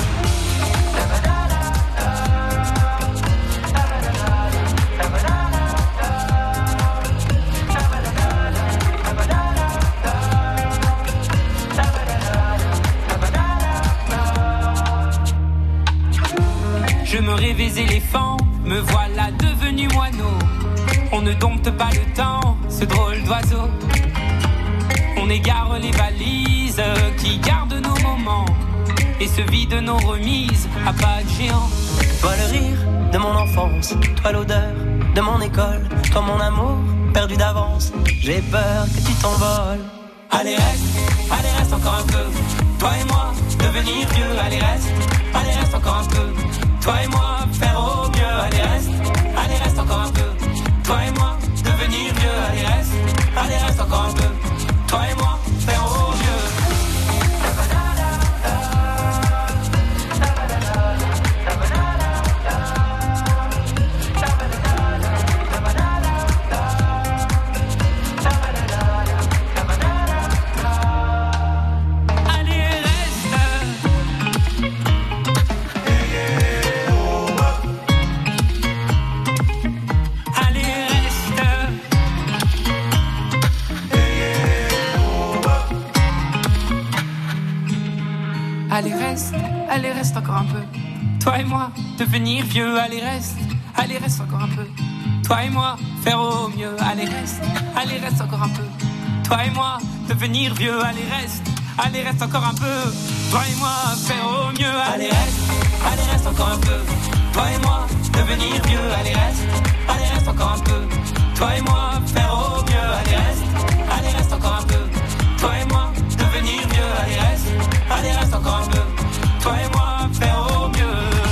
Je me rêvais éléphant, me voilà devenu moineau. On ne dompte pas le temps, ce drôle d'oiseau. On égare les valises qui gardent nos moments et se vident nos remises à pas de géant. Toi le rire de mon enfance, toi l'odeur de mon école, toi mon amour perdu d'avance. J'ai peur que tu t'envoles. Allez reste, allez reste encore un peu. Toi et moi, devenir vieux, allez reste, allez reste encore un peu. Toi et moi, faire au mieux, allez reste, allez reste encore un peu. Toi et moi, devenir vieux, allez reste, allez reste encore un peu. Toi et moi, faire au mieux. Allez reste, allez reste encore un peu. Toi et moi, devenir vieux, allez reste, allez reste encore un peu. Toi et moi, faire au mieux, allez reste, allez reste encore un peu. Toi et moi, devenir vieux, allez reste, allez reste encore un peu. Toi et moi, faire au mieux, allez reste, allez reste encore un peu. Toi et moi, devenir vieux, allez reste, allez reste encore un peu. Toi et moi, faire au mieux, allez reste, allez reste encore un peu. Toi et moi, devenir devenir vieux. Allez reste, allez reste encore un peu. Toi et moi faire au mieux.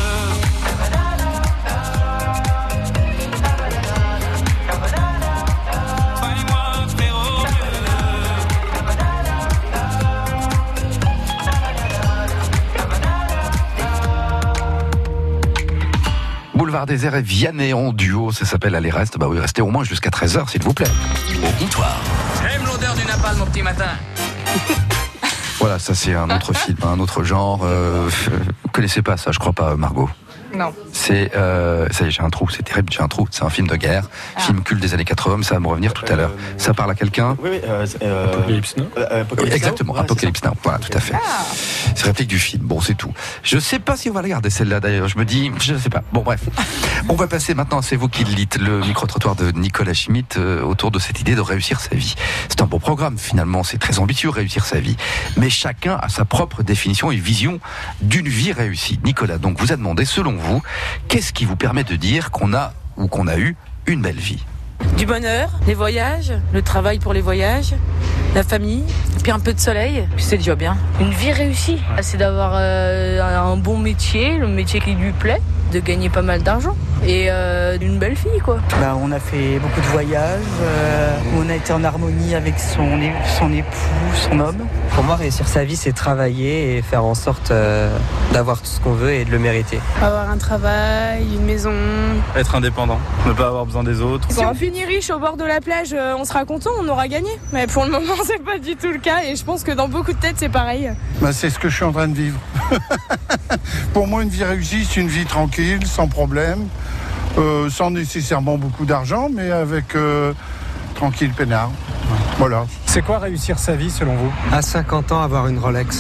Boulevard Désert et Vianney en duo, ça s'appelle Allez reste. Bah oui, restez au moins jusqu'à treize heures s'il vous plaît. Au comptoir. J'aime l'odeur du napalm mon petit matin. Voilà, ça c'est un autre film, un autre genre. Euh, vous connaissez pas ça, je crois pas, Margot. Non. C'est, euh, ça y est, j'ai un trou, c'est terrible, j'ai un trou. C'est un film de guerre, ah. film culte des années quatre-vingts, mais ça va me revenir tout à l'heure. Ça parle à quelqu'un ? Oui, oui. Euh, euh, Apocalypse Now. Euh, Apocalypse Exactement, ouais, Apocalypse Now. Voilà, tout à fait. Ah. C'est réplique du film. Bon, c'est tout. Je sais pas si on va la garder celle-là d'ailleurs. Je me dis, je sais pas. Bon, bref. On va passer maintenant, c'est vous qui le dites, le micro-trottoir de Nicolas Schmitt euh, autour de cette idée de réussir sa vie. C'est un bon programme finalement, c'est très ambitieux réussir sa vie. Mais chacun a sa propre définition et vision d'une vie réussie. Nicolas, donc vous a demandé, selon vous, qu'est-ce qui vous permet de dire qu'on a ou qu'on a eu une belle vie ? Du bonheur, les voyages, le travail pour les voyages, la famille, puis un peu de soleil, puis c'est déjà bien. Une vie réussie, c'est d'avoir euh, un bon métier, le métier qui lui plaît, de gagner pas mal d'argent et euh, d'une belle fille quoi. Bah, on a fait beaucoup de voyages, euh, on a été en harmonie avec son, son époux, son homme. Pour moi, réussir sa vie, c'est travailler et faire en sorte euh, d'avoir tout ce qu'on veut et de le mériter. Avoir un travail, une maison. Être indépendant, ne pas avoir besoin des autres. Si on finit riche au bord de la plage, on sera content, on aura gagné. Mais pour le moment, c'est pas du tout le cas et je pense que dans beaucoup de têtes, c'est pareil. Bah, c'est ce que je suis en train de vivre. Pour moi, une vie réussie, c'est une vie tranquille, sans problème, euh, sans nécessairement beaucoup d'argent, mais avec euh, tranquille, peinard. Voilà. C'est quoi réussir sa vie selon vous ? À cinquante ans, avoir une Rolex.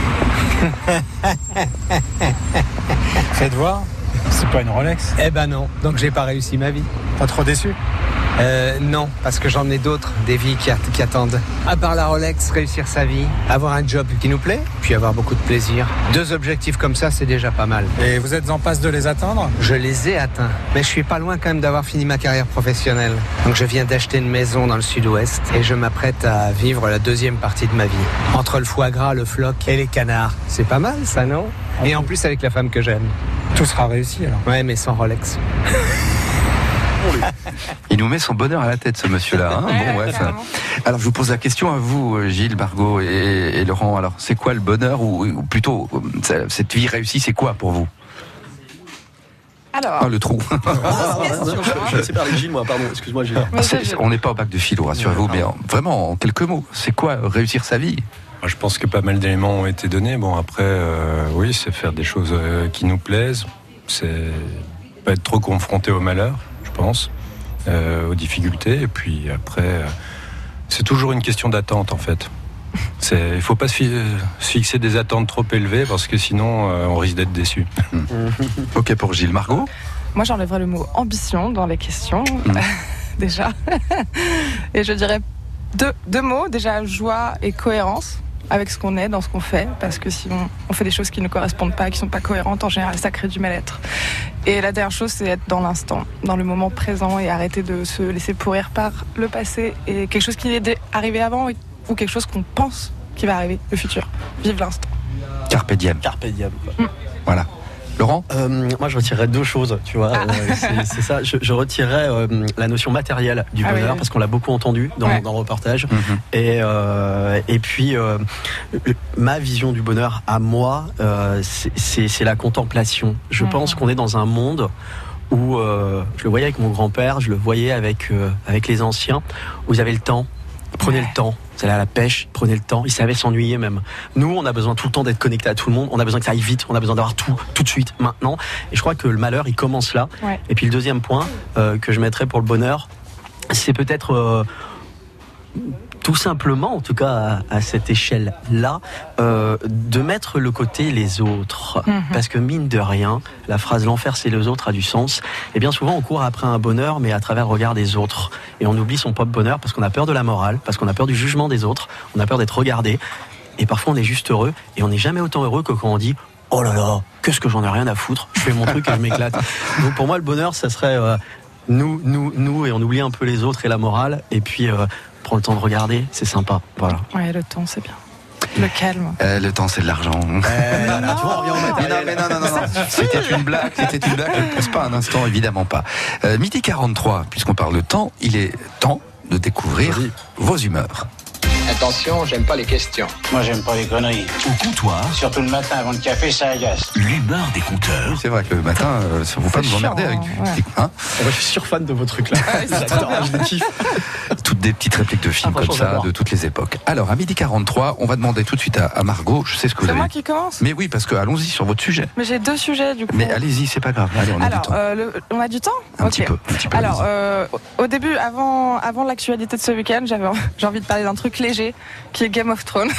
Faites voir, c'est pas une Rolex. Eh ben non, donc j'ai pas réussi ma vie. Pas trop déçu ? Euh, non, parce que j'en ai d'autres, des vies qui, a- qui attendent. À part la Rolex, réussir sa vie, avoir un job qui nous plaît, puis avoir beaucoup de plaisir. Deux objectifs comme ça, c'est déjà pas mal. Et vous êtes en passe de les atteindre ? Je les ai atteints, mais je suis pas loin quand même d'avoir fini ma carrière professionnelle. Donc je viens d'acheter une maison dans le sud-ouest et je m'apprête à vivre la deuxième partie de ma vie. Entre le foie gras, le floc et les canards. C'est pas mal ça, non ? Et en plus avec la femme que j'aime. Tout sera réussi alors ? Ouais, mais sans Rolex. Il nous met son bonheur à la tête, ce monsieur-là. Hein bon, bref. Alors, je vous pose la question à vous, Gilles, Margot et, et Laurent. Alors, c'est quoi le bonheur, ou, ou plutôt, cette vie réussie, c'est quoi pour vous ? Alors, ah, le trou. Je ne sais pas avec Gilles, moi, pardon, excuse-moi, Gilles. C'est, on n'est pas au bac de philo, rassurez-vous, mais en, vraiment, en quelques mots, c'est quoi réussir sa vie ? Je pense que pas mal d'éléments ont été donnés. Bon, après, euh, oui, c'est faire des choses euh, qui nous plaisent. C'est pas être trop confronté au malheur, je pense, euh, aux difficultés. Et puis après, euh, c'est toujours une question d'attente, en fait. Il ne faut pas se, fi- se fixer des attentes trop élevées parce que sinon, euh, on risque d'être déçu. Ok pour Gilles. Margot ? Moi, j'enlèverais le mot ambition dans les questions, mmh. déjà. Et je dirais deux, deux mots. Déjà, joie et cohérence avec ce qu'on est, dans ce qu'on fait, parce que si on, on fait des choses qui ne correspondent pas, qui ne sont pas cohérentes, en général, ça crée du mal-être. Et la dernière chose, c'est être dans l'instant, dans le moment présent, et arrêter de se laisser pourrir par le passé et quelque chose qui est arrivé avant ou quelque chose qu'on pense qui va arriver, le futur. Vive l'instant. Carpe diem. Carpe diem. Mm. Voilà. Laurent ? euh, Moi, je retirerais deux choses, tu vois. Ah. Euh, c'est, c'est ça. Je, je retirerais euh, la notion matérielle du bonheur, ah oui, oui. parce qu'on l'a beaucoup entendu dans, ouais. dans le reportage. Mm-hmm. Et, euh, et puis, euh, ma vision du bonheur à moi, euh, c'est, c'est, c'est la contemplation. Je mm-hmm. pense qu'on est dans un monde où, euh, je le voyais avec mon grand-père, je le voyais avec, euh, avec les anciens, où ils avaient le temps. Prenez ouais. le temps, vous allez à la pêche, prenez le temps, ils savaient s'ennuyer même. Nous, on a besoin tout le temps d'être connecté à tout le monde, on a besoin que ça aille vite, on a besoin d'avoir tout, tout de suite, maintenant. Et je crois que le malheur, il commence là. Ouais. Et puis le deuxième point euh, que je mettrais pour le bonheur, c'est peut-être... Euh, tout simplement, en tout cas à, à cette échelle-là, euh, de mettre le côté les autres. Mmh. Parce que mine de rien, la phrase « l'enfer c'est les autres » a du sens. Et bien souvent, on court après un bonheur, mais à travers le regard des autres. Et on oublie son propre bonheur parce qu'on a peur de la morale, parce qu'on a peur du jugement des autres, on a peur d'être regardé. Et parfois, on est juste heureux. Et on n'est jamais autant heureux que quand on dit « oh là là, qu'est-ce que j'en ai rien à foutre, je fais mon truc et je m'éclate ». Donc pour moi, le bonheur, ça serait euh, nous, nous, nous, et on oublie un peu les autres et la morale. Et puis... Euh, prends le temps de regarder, c'est sympa. Voilà. Ouais, le temps, c'est bien. Lequel, moi euh, Le temps, c'est de l'argent. Euh, voilà, tu vois, on revient au matin. Mais non, mais non, non, non, non. C'était une blague, c'était une blague, je ne pose pas un instant, évidemment pas. Euh, midi quarante-trois, puisqu'on parle de temps, il est temps de découvrir Joli. vos humeurs. Attention, j'aime pas les questions. Moi, j'aime pas les conneries. Au comptoir, Surtout le matin avant le café, ça agace. l'humeur des compteurs. Oui, c'est vrai que le matin, euh, ça ne faut pas nous emmerder avec du... ouais. Hein Moi, je suis surfan de vos trucs là. J'adore, je les kiffe. Toutes des petites répliques de films Ah, comme ça, j'adore. de toutes les époques. Alors, à midi quarante-trois, on va demander tout de suite à, à Margot, je sais ce que vous C'est avez... moi qui commence. Mais oui, parce que allons-y sur votre sujet. Mais j'ai deux sujets du coup. Mais allez-y, c'est pas grave. Allez, on a Alors, du temps. euh, le- on a du temps Un Ok. petit peu. Un petit peu Alors, allez-y. euh, au début, avant, avant l'actualité de ce week-end, j'avais j'ai envie de parler d'un truc léger, qui est Game of Thrones.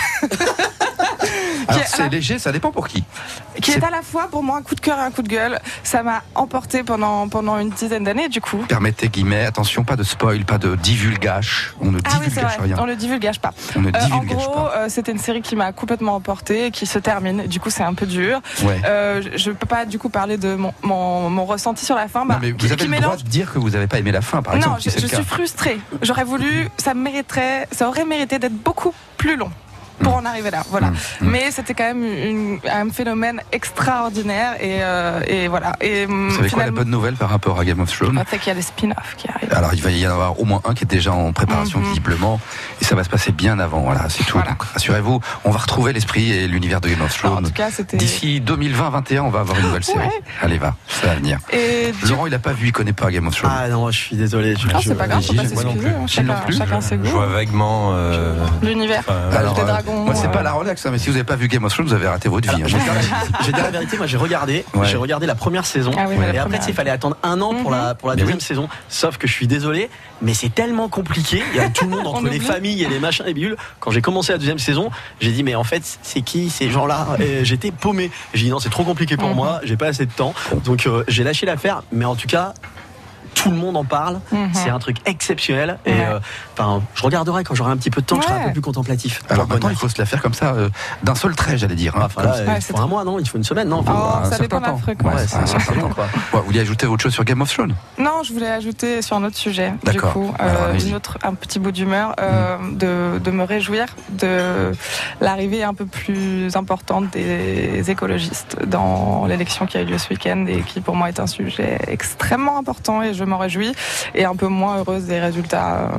Alors, qui est à c'est la- léger, ça dépend pour qui. Qui est... C'est- à la fois pour moi un coup de cœur et un coup de gueule. Ça m'a emporté pendant, pendant une dizaine d'années du coup. Permettez guillemets, attention, pas de spoil, pas de divulgage. On ne Ah oui, c'est divulgage vrai, rien. on le divulgage pas. On ne Euh, en divulgage gros, pas. euh, c'était une série qui m'a complètement emporté et qui se termine. Du coup, c'est un peu dur. Ouais. Euh, je ne peux pas du coup parler de mon, mon, mon ressenti sur la fin. Bah, Non, mais qui- vous avez qui le droit mélange- de dire que vous n'avez pas aimé la fin, par Non, exemple, je, si c'est je le cas. suis frustrée. J'aurais voulu, ça mériterait, ça aurait mérité d'être beaucoup plus long pour en arriver là, voilà. Mmh. Mais c'était quand même une- un phénomène extraordinaire et, euh, et voilà. Et Vous savez quoi la bonne nouvelle par rapport à Game of Thrones? c'est qu'il y a des spin-offs qui arrivent. Alors il va y en avoir au moins un qui est déjà en préparation Mhm. visiblement et ça va se passer bien avant, voilà, c'est tout. Voilà. Donc rassurez-vous, on va retrouver l'esprit et l'univers de Game of Alors, en Thrones. tout cas, c'était. D'ici deux mille vingt vingt et un, on va avoir une nouvelle série. Ouais. Allez, va, ça va venir. Et du- Laurent, il a pas vu, il connaît pas Game of Thrones. Ah non, je suis désolé. Je, Ah, c'est pas grave, faut pas moi non s'excuser. plus. hein, Gilles non Chacun, plus. chacun ses Je vois goûts. vaguement. euh, L'univers. enfin, Alors, des euh, dragons, moi c'est euh, pas la relax, hein, mais si vous n'avez pas vu Game of Thrones, vous avez raté votre vie. Alors, hein. je vais dire la- je vais dire la vérité, moi j'ai regardé, Ouais. j'ai regardé la première saison, Ah oui, mais la et après première. tu sais, il fallait attendre un an pour la, pour la Mais deuxième oui. saison. Sauf que je suis désolé, mais c'est tellement compliqué. Il y a tout le monde entre On les oublie. familles et les machins et bidules. Quand j'ai commencé la deuxième saison, j'ai dit mais en fait c'est qui ces gens-là? Et j'étais paumé. J'ai dit non, c'est trop compliqué pour Mhm. moi, j'ai pas assez de temps, donc euh, j'ai lâché l'affaire. Mais en tout cas, tout le monde en parle. Mhm. C'est un truc exceptionnel. Et Ouais. euh, enfin, je regarderai quand j'aurai un petit peu de temps, je serai un Ouais. peu plus contemplatif. Alors Bonne maintenant, il note. faut se la faire comme ça, euh, d'un seul trait, j'allez dire. hein. Enfin, là, Comme ça. il Ouais, faut c'est un mois, non? Il faut une semaine, non? Enfin, Oh, un ça certain dépend de la temps. fréquence. Ouais, c'est un certain temps. quoi. Ouais, vous vouliez ajouter autre chose sur Game of Thrones? Non, je voulais ajouter sur un autre sujet, du D'accord. coup, Alors, euh, allez-y. une autre, un petit bout d'humeur, euh, de, de me réjouir de l'arrivée un peu plus importante des écologistes dans l'élection qui a eu lieu ce week-end et qui pour moi est un sujet extrêmement important et je m'en réjouis, et un peu moins heureuse des résultats. euh,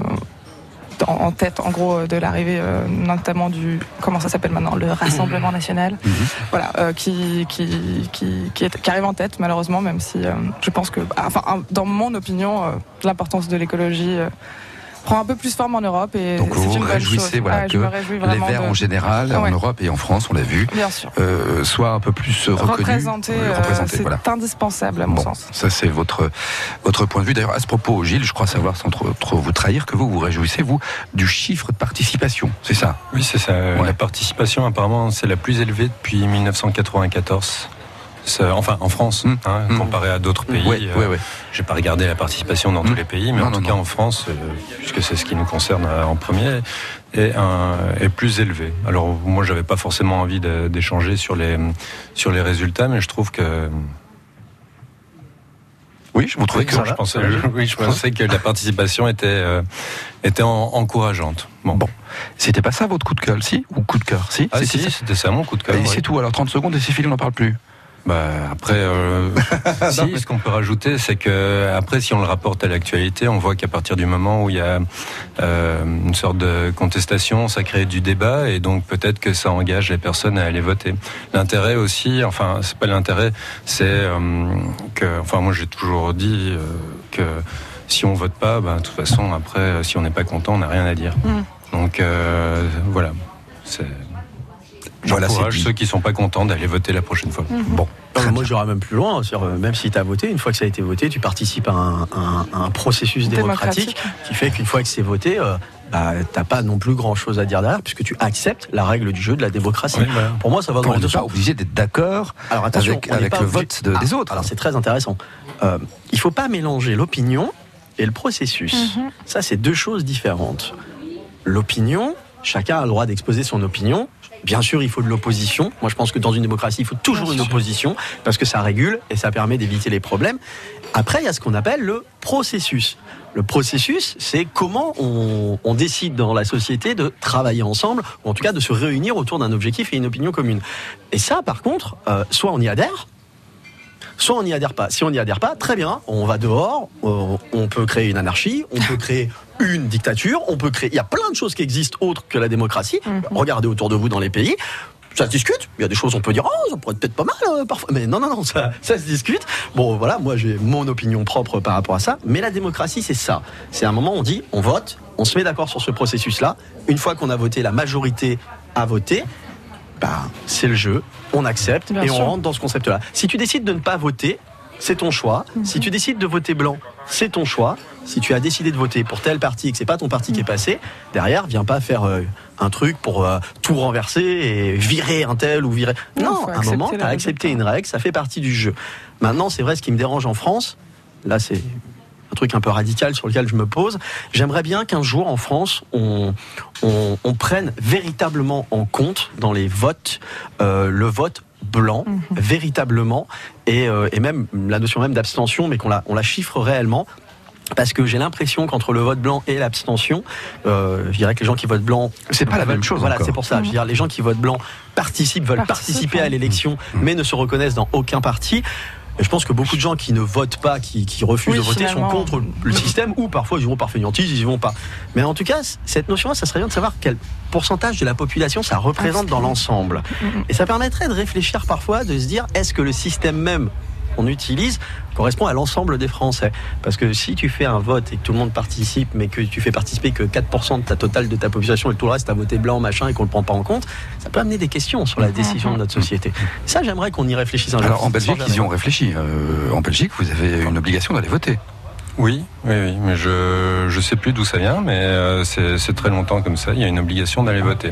En, en tête, en gros, de l'arrivée, euh, notamment du, comment ça s'appelle maintenant, le Rassemblement National, voilà, euh, qui, qui, qui, qui, est- qui arrive en tête, malheureusement, même si euh, je pense que, enfin, un- dans mon opinion, euh, l'importance de l'écologie euh, prend un peu plus forme en Europe et Donc c'est vous une vous bonne réjouissez chose. voilà, Ouais, que je me réjouis les vraiment Verts de- en général, en Ouais. Europe et en France, on l'a vu, Bien sûr. euh, soient un peu plus reconnus. Représenter, euh, euh, représentés, c'est voilà. indispensable à mon Bon, sens. ça c'est votre, votre point de vue. D'ailleurs, à ce propos, Gilles, je crois savoir sans trop, trop vous trahir que vous vous réjouissez, vous, du chiffre de participation, c'est ça? Oui, c'est ça. Ouais. La participation, apparemment, c'est la plus élevée depuis mille neuf cent quatre-vingt-quatorze. C'est- Enfin, en France, Mmh. hein, Mmh. comparé à d'autres pays. Ouais, euh, ouais, ouais. J'ai pas regardé la participation dans Mmh. tous les pays, mais Non, en non, tout cas non. en France, euh, puisque c'est ce qui nous concerne euh, en premier, est, un, est plus élevé. Alors moi, j'avais pas forcément envie de- d'échanger sur les sur les résultats, mais je trouve que Oui, je vous trouvez que je pensais, oui, je pensais que la participation était euh, était en- encourageante. Bon, Bon, c'était pas ça votre coup de cœur, si? Ou coup de cœur, si? ah, C'était si, ça c'était ça mon coup de cœur. Et oui. c'est tout, alors trente secondes et c'est fini, on n'en parle plus. Bah après, euh, si, mais- ce qu'on peut rajouter, c'est que après, si on le rapporte à l'actualité, on voit qu'à partir du moment où il y a euh, une sorte de contestation, ça crée du débat et donc peut-être que ça engage les personnes à aller voter. L'intérêt aussi, enfin, c'est pas l'intérêt, c'est euh, que, enfin, moi j'ai toujours dit euh, que si on vote pas, bah, de toute façon, après, si on n'est pas content, on n'a rien à dire. Mm. Donc euh, voilà, c'est. Voilà, c'est J'encourage dit. ceux qui sont pas contents d'aller voter la prochaine fois. Bon. Non, mais moi, j'irais même plus loin. C'est-à-dire, euh, même si tu as voté, une fois que ça a été voté, tu participes à un, un- un processus démocratique, Démocratique. qui fait qu'une fois que c'est voté, euh, bah, t'as pas non plus grand-chose à dire derrière, puisque tu acceptes la règle du jeu de la démocratie. Oui, voilà. Pour moi, ça va dans On les n'est deux pas sens. obligé d'être d'accord Alors attention, avec, on n'est avec pas le obligé- vote de- Ah, des autres. Alors c'est très intéressant. Euh, il faut pas mélanger l'opinion et le processus. Mhm. Ça, c'est deux choses différentes. L'opinion, chacun a le droit d'exposer son opinion. Bien sûr, il faut de l'opposition. Moi, je pense que dans une démocratie, il faut toujours Bien une sûr. opposition parce que ça régule et ça permet d'éviter les problèmes. Après, il y a ce qu'on appelle le processus. Le processus, c'est comment on, on décide dans la société de travailler ensemble, ou en tout cas de se réunir autour d'un objectif et une opinion commune. Et ça, par contre, euh, soit on y adhère, soit on n'y adhère pas. Si on n'y adhère pas, très bien, on va dehors, euh, on peut créer une anarchie, on peut créer une dictature, on peut créer... Il y a plein de choses qui existent autres que la démocratie. Mm-hmm. Regardez autour de vous dans les pays. Ça se discute, il y a des choses on peut dire, oh, ça pourrait être peut-être pas mal euh, parfois, mais non, non, non, ça, ça se discute. Bon, voilà, moi j'ai mon opinion propre par rapport à ça, mais la démocratie c'est ça. C'est un moment où on dit, on vote, on se met d'accord sur ce processus-là, une fois qu'on a voté, la majorité a voté, bah, c'est le jeu, on accepte Bien et sûr. on rentre dans ce concept-là. Si tu décides de ne pas voter, c'est ton choix. Mm-hmm. Si tu décides de voter blanc, c'est ton choix. Si tu as décidé de voter pour tel parti et que c'est pas ton parti mm-hmm. qui est passé, derrière, viens pas faire euh, un truc pour euh, tout renverser et virer un tel ou virer... Non, à un moment, tu as accepté une règle, ça fait partie du jeu. Maintenant, c'est vrai, ce qui me dérange en France, là c'est un truc un peu radical sur lequel je me pose, j'aimerais bien qu'un jour en France, on, on, on prenne véritablement en compte dans les votes, euh, le vote blanc, mmh. véritablement, et, euh, et même la notion même d'abstention, mais qu'on la, on la chiffre réellement. Parce que j'ai l'impression qu'entre le vote blanc et l'abstention, euh, je dirais que les gens qui votent blanc, c'est pas la même chose. Voilà, encore. c'est pour ça. Mmh. Je veux dire, les gens qui votent blanc participent, veulent Participe, participer à l'élection, mmh. mais ne se reconnaissent dans aucun parti. Et je pense que beaucoup de gens qui ne votent pas, qui, qui refusent oui, de voter, sont contre le, le système, ou parfois ils y vont par fainéantise, ils y vont pas. Mais en tout cas, cette notion-là, ça serait bien de savoir quel pourcentage de la population ça représente dans l'ensemble. Et ça permettrait de réfléchir parfois, de se dire, est-ce que le système même qu'on utilise correspond à l'ensemble des Français. Parce que si tu fais un vote et que tout le monde participe, mais que tu fais participer que quatre pour cent de ta totale de ta population et que tout le reste a voté blanc, machin, et qu'on ne le prend pas en compte, ça peut amener des questions sur la décision de notre société. Ça, j'aimerais qu'on y réfléchisse un jour. Alors en Belgique, ils y ont réfléchi. Euh, en Belgique, vous avez une obligation d'aller voter. Oui, oui, oui, mais je je sais plus d'où ça vient, mais euh, c'est, c'est très longtemps comme ça. Il y a une obligation d'aller voter.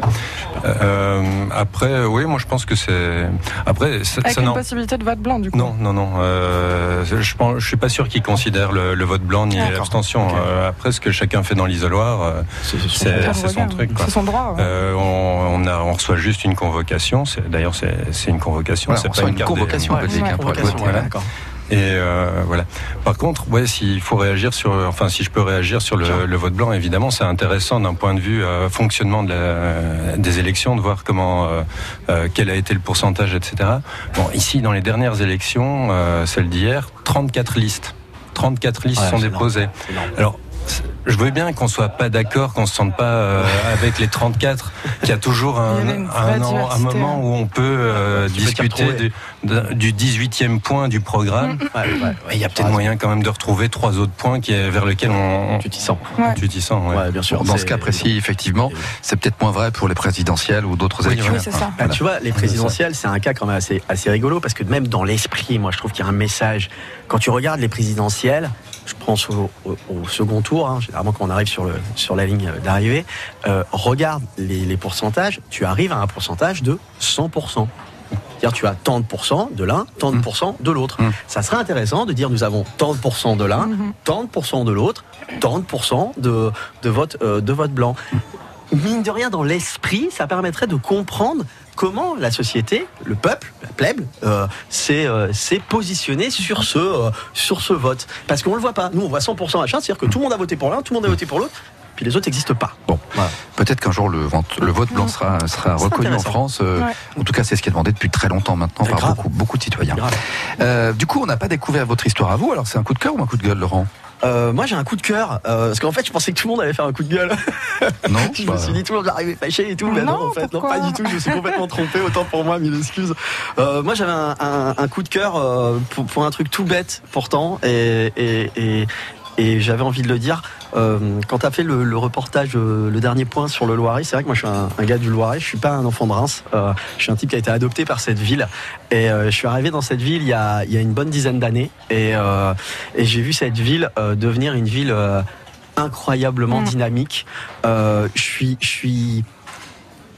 Euh, après, oui, moi je pense que c'est après ça, avec ça, une non. possibilité de vote blanc du coup. Non, non, non. Euh, je pense, je suis pas sûr qu'ils considèrent le, le vote blanc ni D'accord. l'abstention. Okay. Euh, après, ce que chacun fait dans l'isoloir, euh, c'est, c'est, c'est son truc. Quoi. C'est son droit. Ouais. Euh, on, on a, on reçoit juste une convocation. C'est, d'ailleurs, c'est, c'est une convocation. Voilà, c'est on pas une, une carte convocation des... en Belgique ouais, hein, pour aller voter. Voilà. D'accord. Et euh, voilà. Par contre, ouais, s'il faut réagir sur, enfin, si je peux réagir sur le, le vote blanc, évidemment, c'est intéressant d'un point de vue euh, fonctionnement de la, des élections, de voir comment, euh, euh, quel a été le pourcentage, et cetera. Bon, ici, dans les dernières élections, euh, celles d'hier, trente-quatre listes, trente-quatre listes ouais, sont déposées. Alors. Je veux bien qu'on soit pas d'accord, qu'on se sente pas euh, avec les trente-quatre, qu'il y a toujours un, un, an, un moment où on peut euh, discuter du, de, du dix-huitième point du programme. Ouais, ouais, ouais. Il y a peut-être moyen quand même de retrouver trois autres points qui est, vers lesquels on, on tu t'y sens. Ouais. Tu t'y sens, ouais. Ouais, bien sûr. Dans ce cas précis, effectivement, c'est peut-être moins vrai pour les présidentielles ou d'autres oui, élections. Oui, c'est ça. Bah, tu vois, les présidentielles, c'est un cas quand même assez, assez rigolo parce que même dans l'esprit, moi, je trouve qu'il y a un message. Quand tu regardes les présidentielles, je pense au, au, au second tour, hein, généralement quand on arrive sur, le, sur la ligne d'arrivée, euh, regarde les, les pourcentages, tu arrives à un pourcentage de cent pour cent. C'est-à-dire tu as tant de pourcents de l'un, tant de pourcents de l'autre. Mmh. Ça serait intéressant de dire nous avons tant de pourcents de l'un, mmh. tant de pourcents de l'autre, tant de pourcents de, de, vote, euh, de vote blanc. Mine de rien, dans l'esprit, ça permettrait de comprendre comment la société, le peuple, la plèbe, euh, s'est, euh, s'est positionné sur ce, euh, sur ce vote. Parce qu'on ne le voit pas. Nous, on voit cent pour cent machin, c'est-à-dire que tout le monde a voté pour l'un, tout le monde a voté pour l'autre, puis les autres n'existent pas. Bon, voilà. Peut-être qu'un jour le, le vote blanc sera, sera reconnu en France. Euh, ouais. En tout cas, c'est ce qui est demandé depuis très longtemps maintenant c'est par grave. beaucoup, beaucoup de citoyens. Euh, du coup, on n'a pas découvert votre histoire à vous, alors c'est un coup de cœur ou un coup de gueule, Laurent ? Euh, moi j'ai un coup de cœur euh, parce qu'en fait je pensais que tout le monde allait faire un coup de gueule. Non, je bah... me suis dit tout le monde va arriver fâché et tout, mais non, non en fait non pas du tout. Je me suis complètement trompé, autant pour moi, mille excuses. Euh, moi j'avais un, un, un coup de cœur euh, pour, pour un truc tout bête pourtant et, et, et Et j'avais envie de le dire, euh, quand tu as fait le, le reportage, euh, le dernier point sur le Loiret, c'est vrai que moi je suis un, un gars du Loiret, je suis pas un enfant de Reims, euh, je suis un type qui a été adopté par cette ville. Et euh, je suis arrivé dans cette ville il y a, il y a une bonne dizaine d'années. Et, euh, et j'ai vu cette ville euh, devenir une ville euh, incroyablement mmh. dynamique. Euh, je suis... Je suis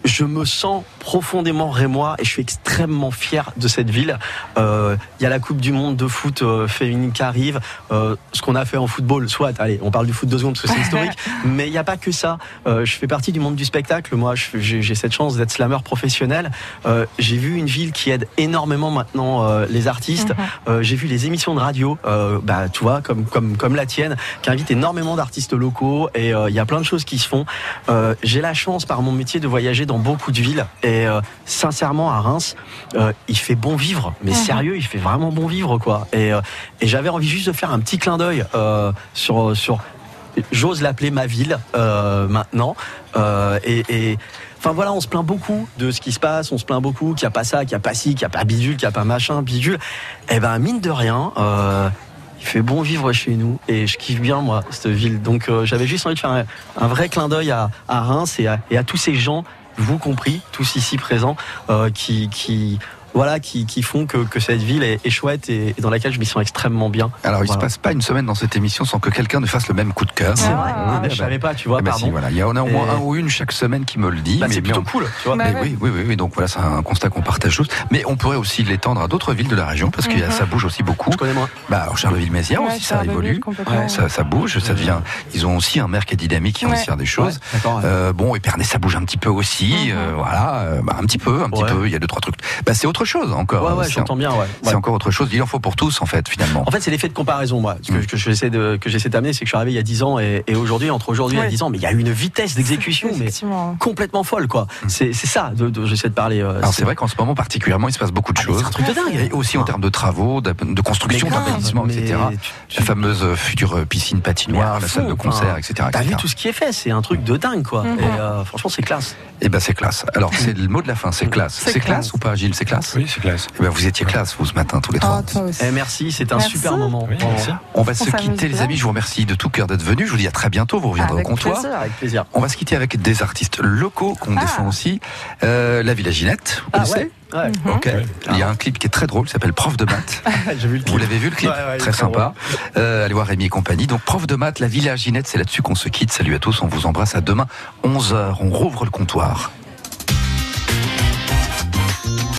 je me sens profondément rémois et je suis extrêmement fier de cette ville. Il euh, y a la Coupe du Monde de foot euh, féminine qui arrive. Euh, ce qu'on a fait en football, soit, allez, on parle du foot deux secondes parce que c'est historique, mais il n'y a pas que ça. Euh, je fais partie du monde du spectacle. Moi, je, j'ai, j'ai cette chance d'être slammer professionnel. Euh, j'ai vu une ville qui aide énormément maintenant euh, les artistes. Mm-hmm. Euh, j'ai vu les émissions de radio, euh, bah, tu vois, comme, comme, comme la tienne, qui invite énormément d'artistes locaux et il euh, y a plein de choses qui se font. Euh, j'ai la chance, par mon métier, de voyager dans beaucoup de villes et euh, sincèrement à Reims euh, il fait bon vivre mais mmh. sérieux il fait vraiment bon vivre quoi et, euh, et j'avais envie juste de faire un petit clin d'œil euh, sur, sur j'ose l'appeler ma ville euh, maintenant euh, et, et enfin voilà, on se plaint beaucoup de ce qui se passe, on se plaint beaucoup qu'il n'y a pas ça, qu'il n'y a pas ci, qu'il n'y a pas bidule, qu'il n'y a pas machin, bidule. Et ben mine de rien euh, il fait bon vivre chez nous et je kiffe bien moi cette ville. Donc euh, j'avais juste envie de faire un, un vrai clin d'œil à, à Reims et à, et à tous ces gens, vous compris, tous ici présents, euh, qui, qui, voilà, qui, qui font que, que cette ville est, est chouette et, et dans laquelle je m'y sens extrêmement bien. Alors voilà. Il se passe pas une semaine dans cette émission sans que quelqu'un ne fasse le même coup de cœur. C'est vrai, ah, mais je savais pas, tu vois, eh ben pardon. Si, voilà. Il y en a au moins et... un ou une chaque semaine qui me le dit. Bah, mais c'est plutôt on... cool, tu vois. Bah, oui, oui, oui, oui, donc voilà, c'est un constat qu'on partage tous. Mais on pourrait aussi l'étendre à d'autres villes de la région parce que mm-hmm. ça bouge aussi beaucoup. Je connais moins. Bah, Charleville-Mézières ouais, aussi, ça évolue. Ouais, ça, ça bouge, ça devient. Ils ont aussi un maire qui est dynamique, qui ouais. réussit à faire des choses. Ouais, euh, bon, Épernay, ça bouge un petit peu aussi. Mm-hmm. Euh, voilà, euh, bah, un petit peu, un petit ouais. peu. Il y a deux trois trucs. Bah, c'est autre chose encore. Ouais, ouais, j'entends bien. Ouais. C'est encore autre chose. Il en faut pour tous, en fait, finalement. En fait, c'est l'effet de comparaison, moi. Ce que, mmh. que j'essaie de, que j'essaie d'amener, c'est que je suis arrivé il y a dix ans et, et aujourd'hui, entre aujourd'hui ouais. et dix ans, mais il y a eu une vitesse d'exécution, mais complètement folle, quoi. Mmh. C'est, c'est ça, de, de, j'essaie de parler. Euh, Alors, c'est, c'est vrai qu'en ce moment, particulièrement, il se passe beaucoup de ah, choses. C'est un truc de dingue. Et aussi en termes de travaux, de, de construction, d'embellissement, et cetera. Tu, la fameuse future piscine patinoire, la salle de concert, et cetera. T'as vu tout ce qui est fait, c'est un truc de dingue, quoi. Mmh. Et euh, franchement, c'est classe. Eh ben, c'est classe. Alors, c'est le mot de la fin, c'est classe. C'est classe ou pas, Gilles? C'est classe? Oui, c'est classe. Eh ben, vous étiez classe, vous, ce matin, tous les trois. Eh, merci, c'est un merci. super moment. Oui, merci. On va On se quitter, les amis. Je vous remercie de tout cœur d'être venus. Je vous dis à très bientôt. Vous reviendrez avec au comptoir. Plaisir, avec plaisir. On va se quitter avec des artistes locaux qu'on ah. défend aussi. Euh, la Villa Ginette, vous ah, connaissez? Ouais. Ouais. Ok. Ouais. Il y a un clip qui est très drôle, qui s'appelle Prof de maths. J'ai vu le clip. Vous l'avez vu le clip? Ouais, ouais, très sympa. Euh, allez voir Rémi et compagnie. Donc Prof de maths, la Villa Ginette, c'est là-dessus qu'on se quitte. Salut à tous, on vous embrasse à demain onze heures. On rouvre le comptoir.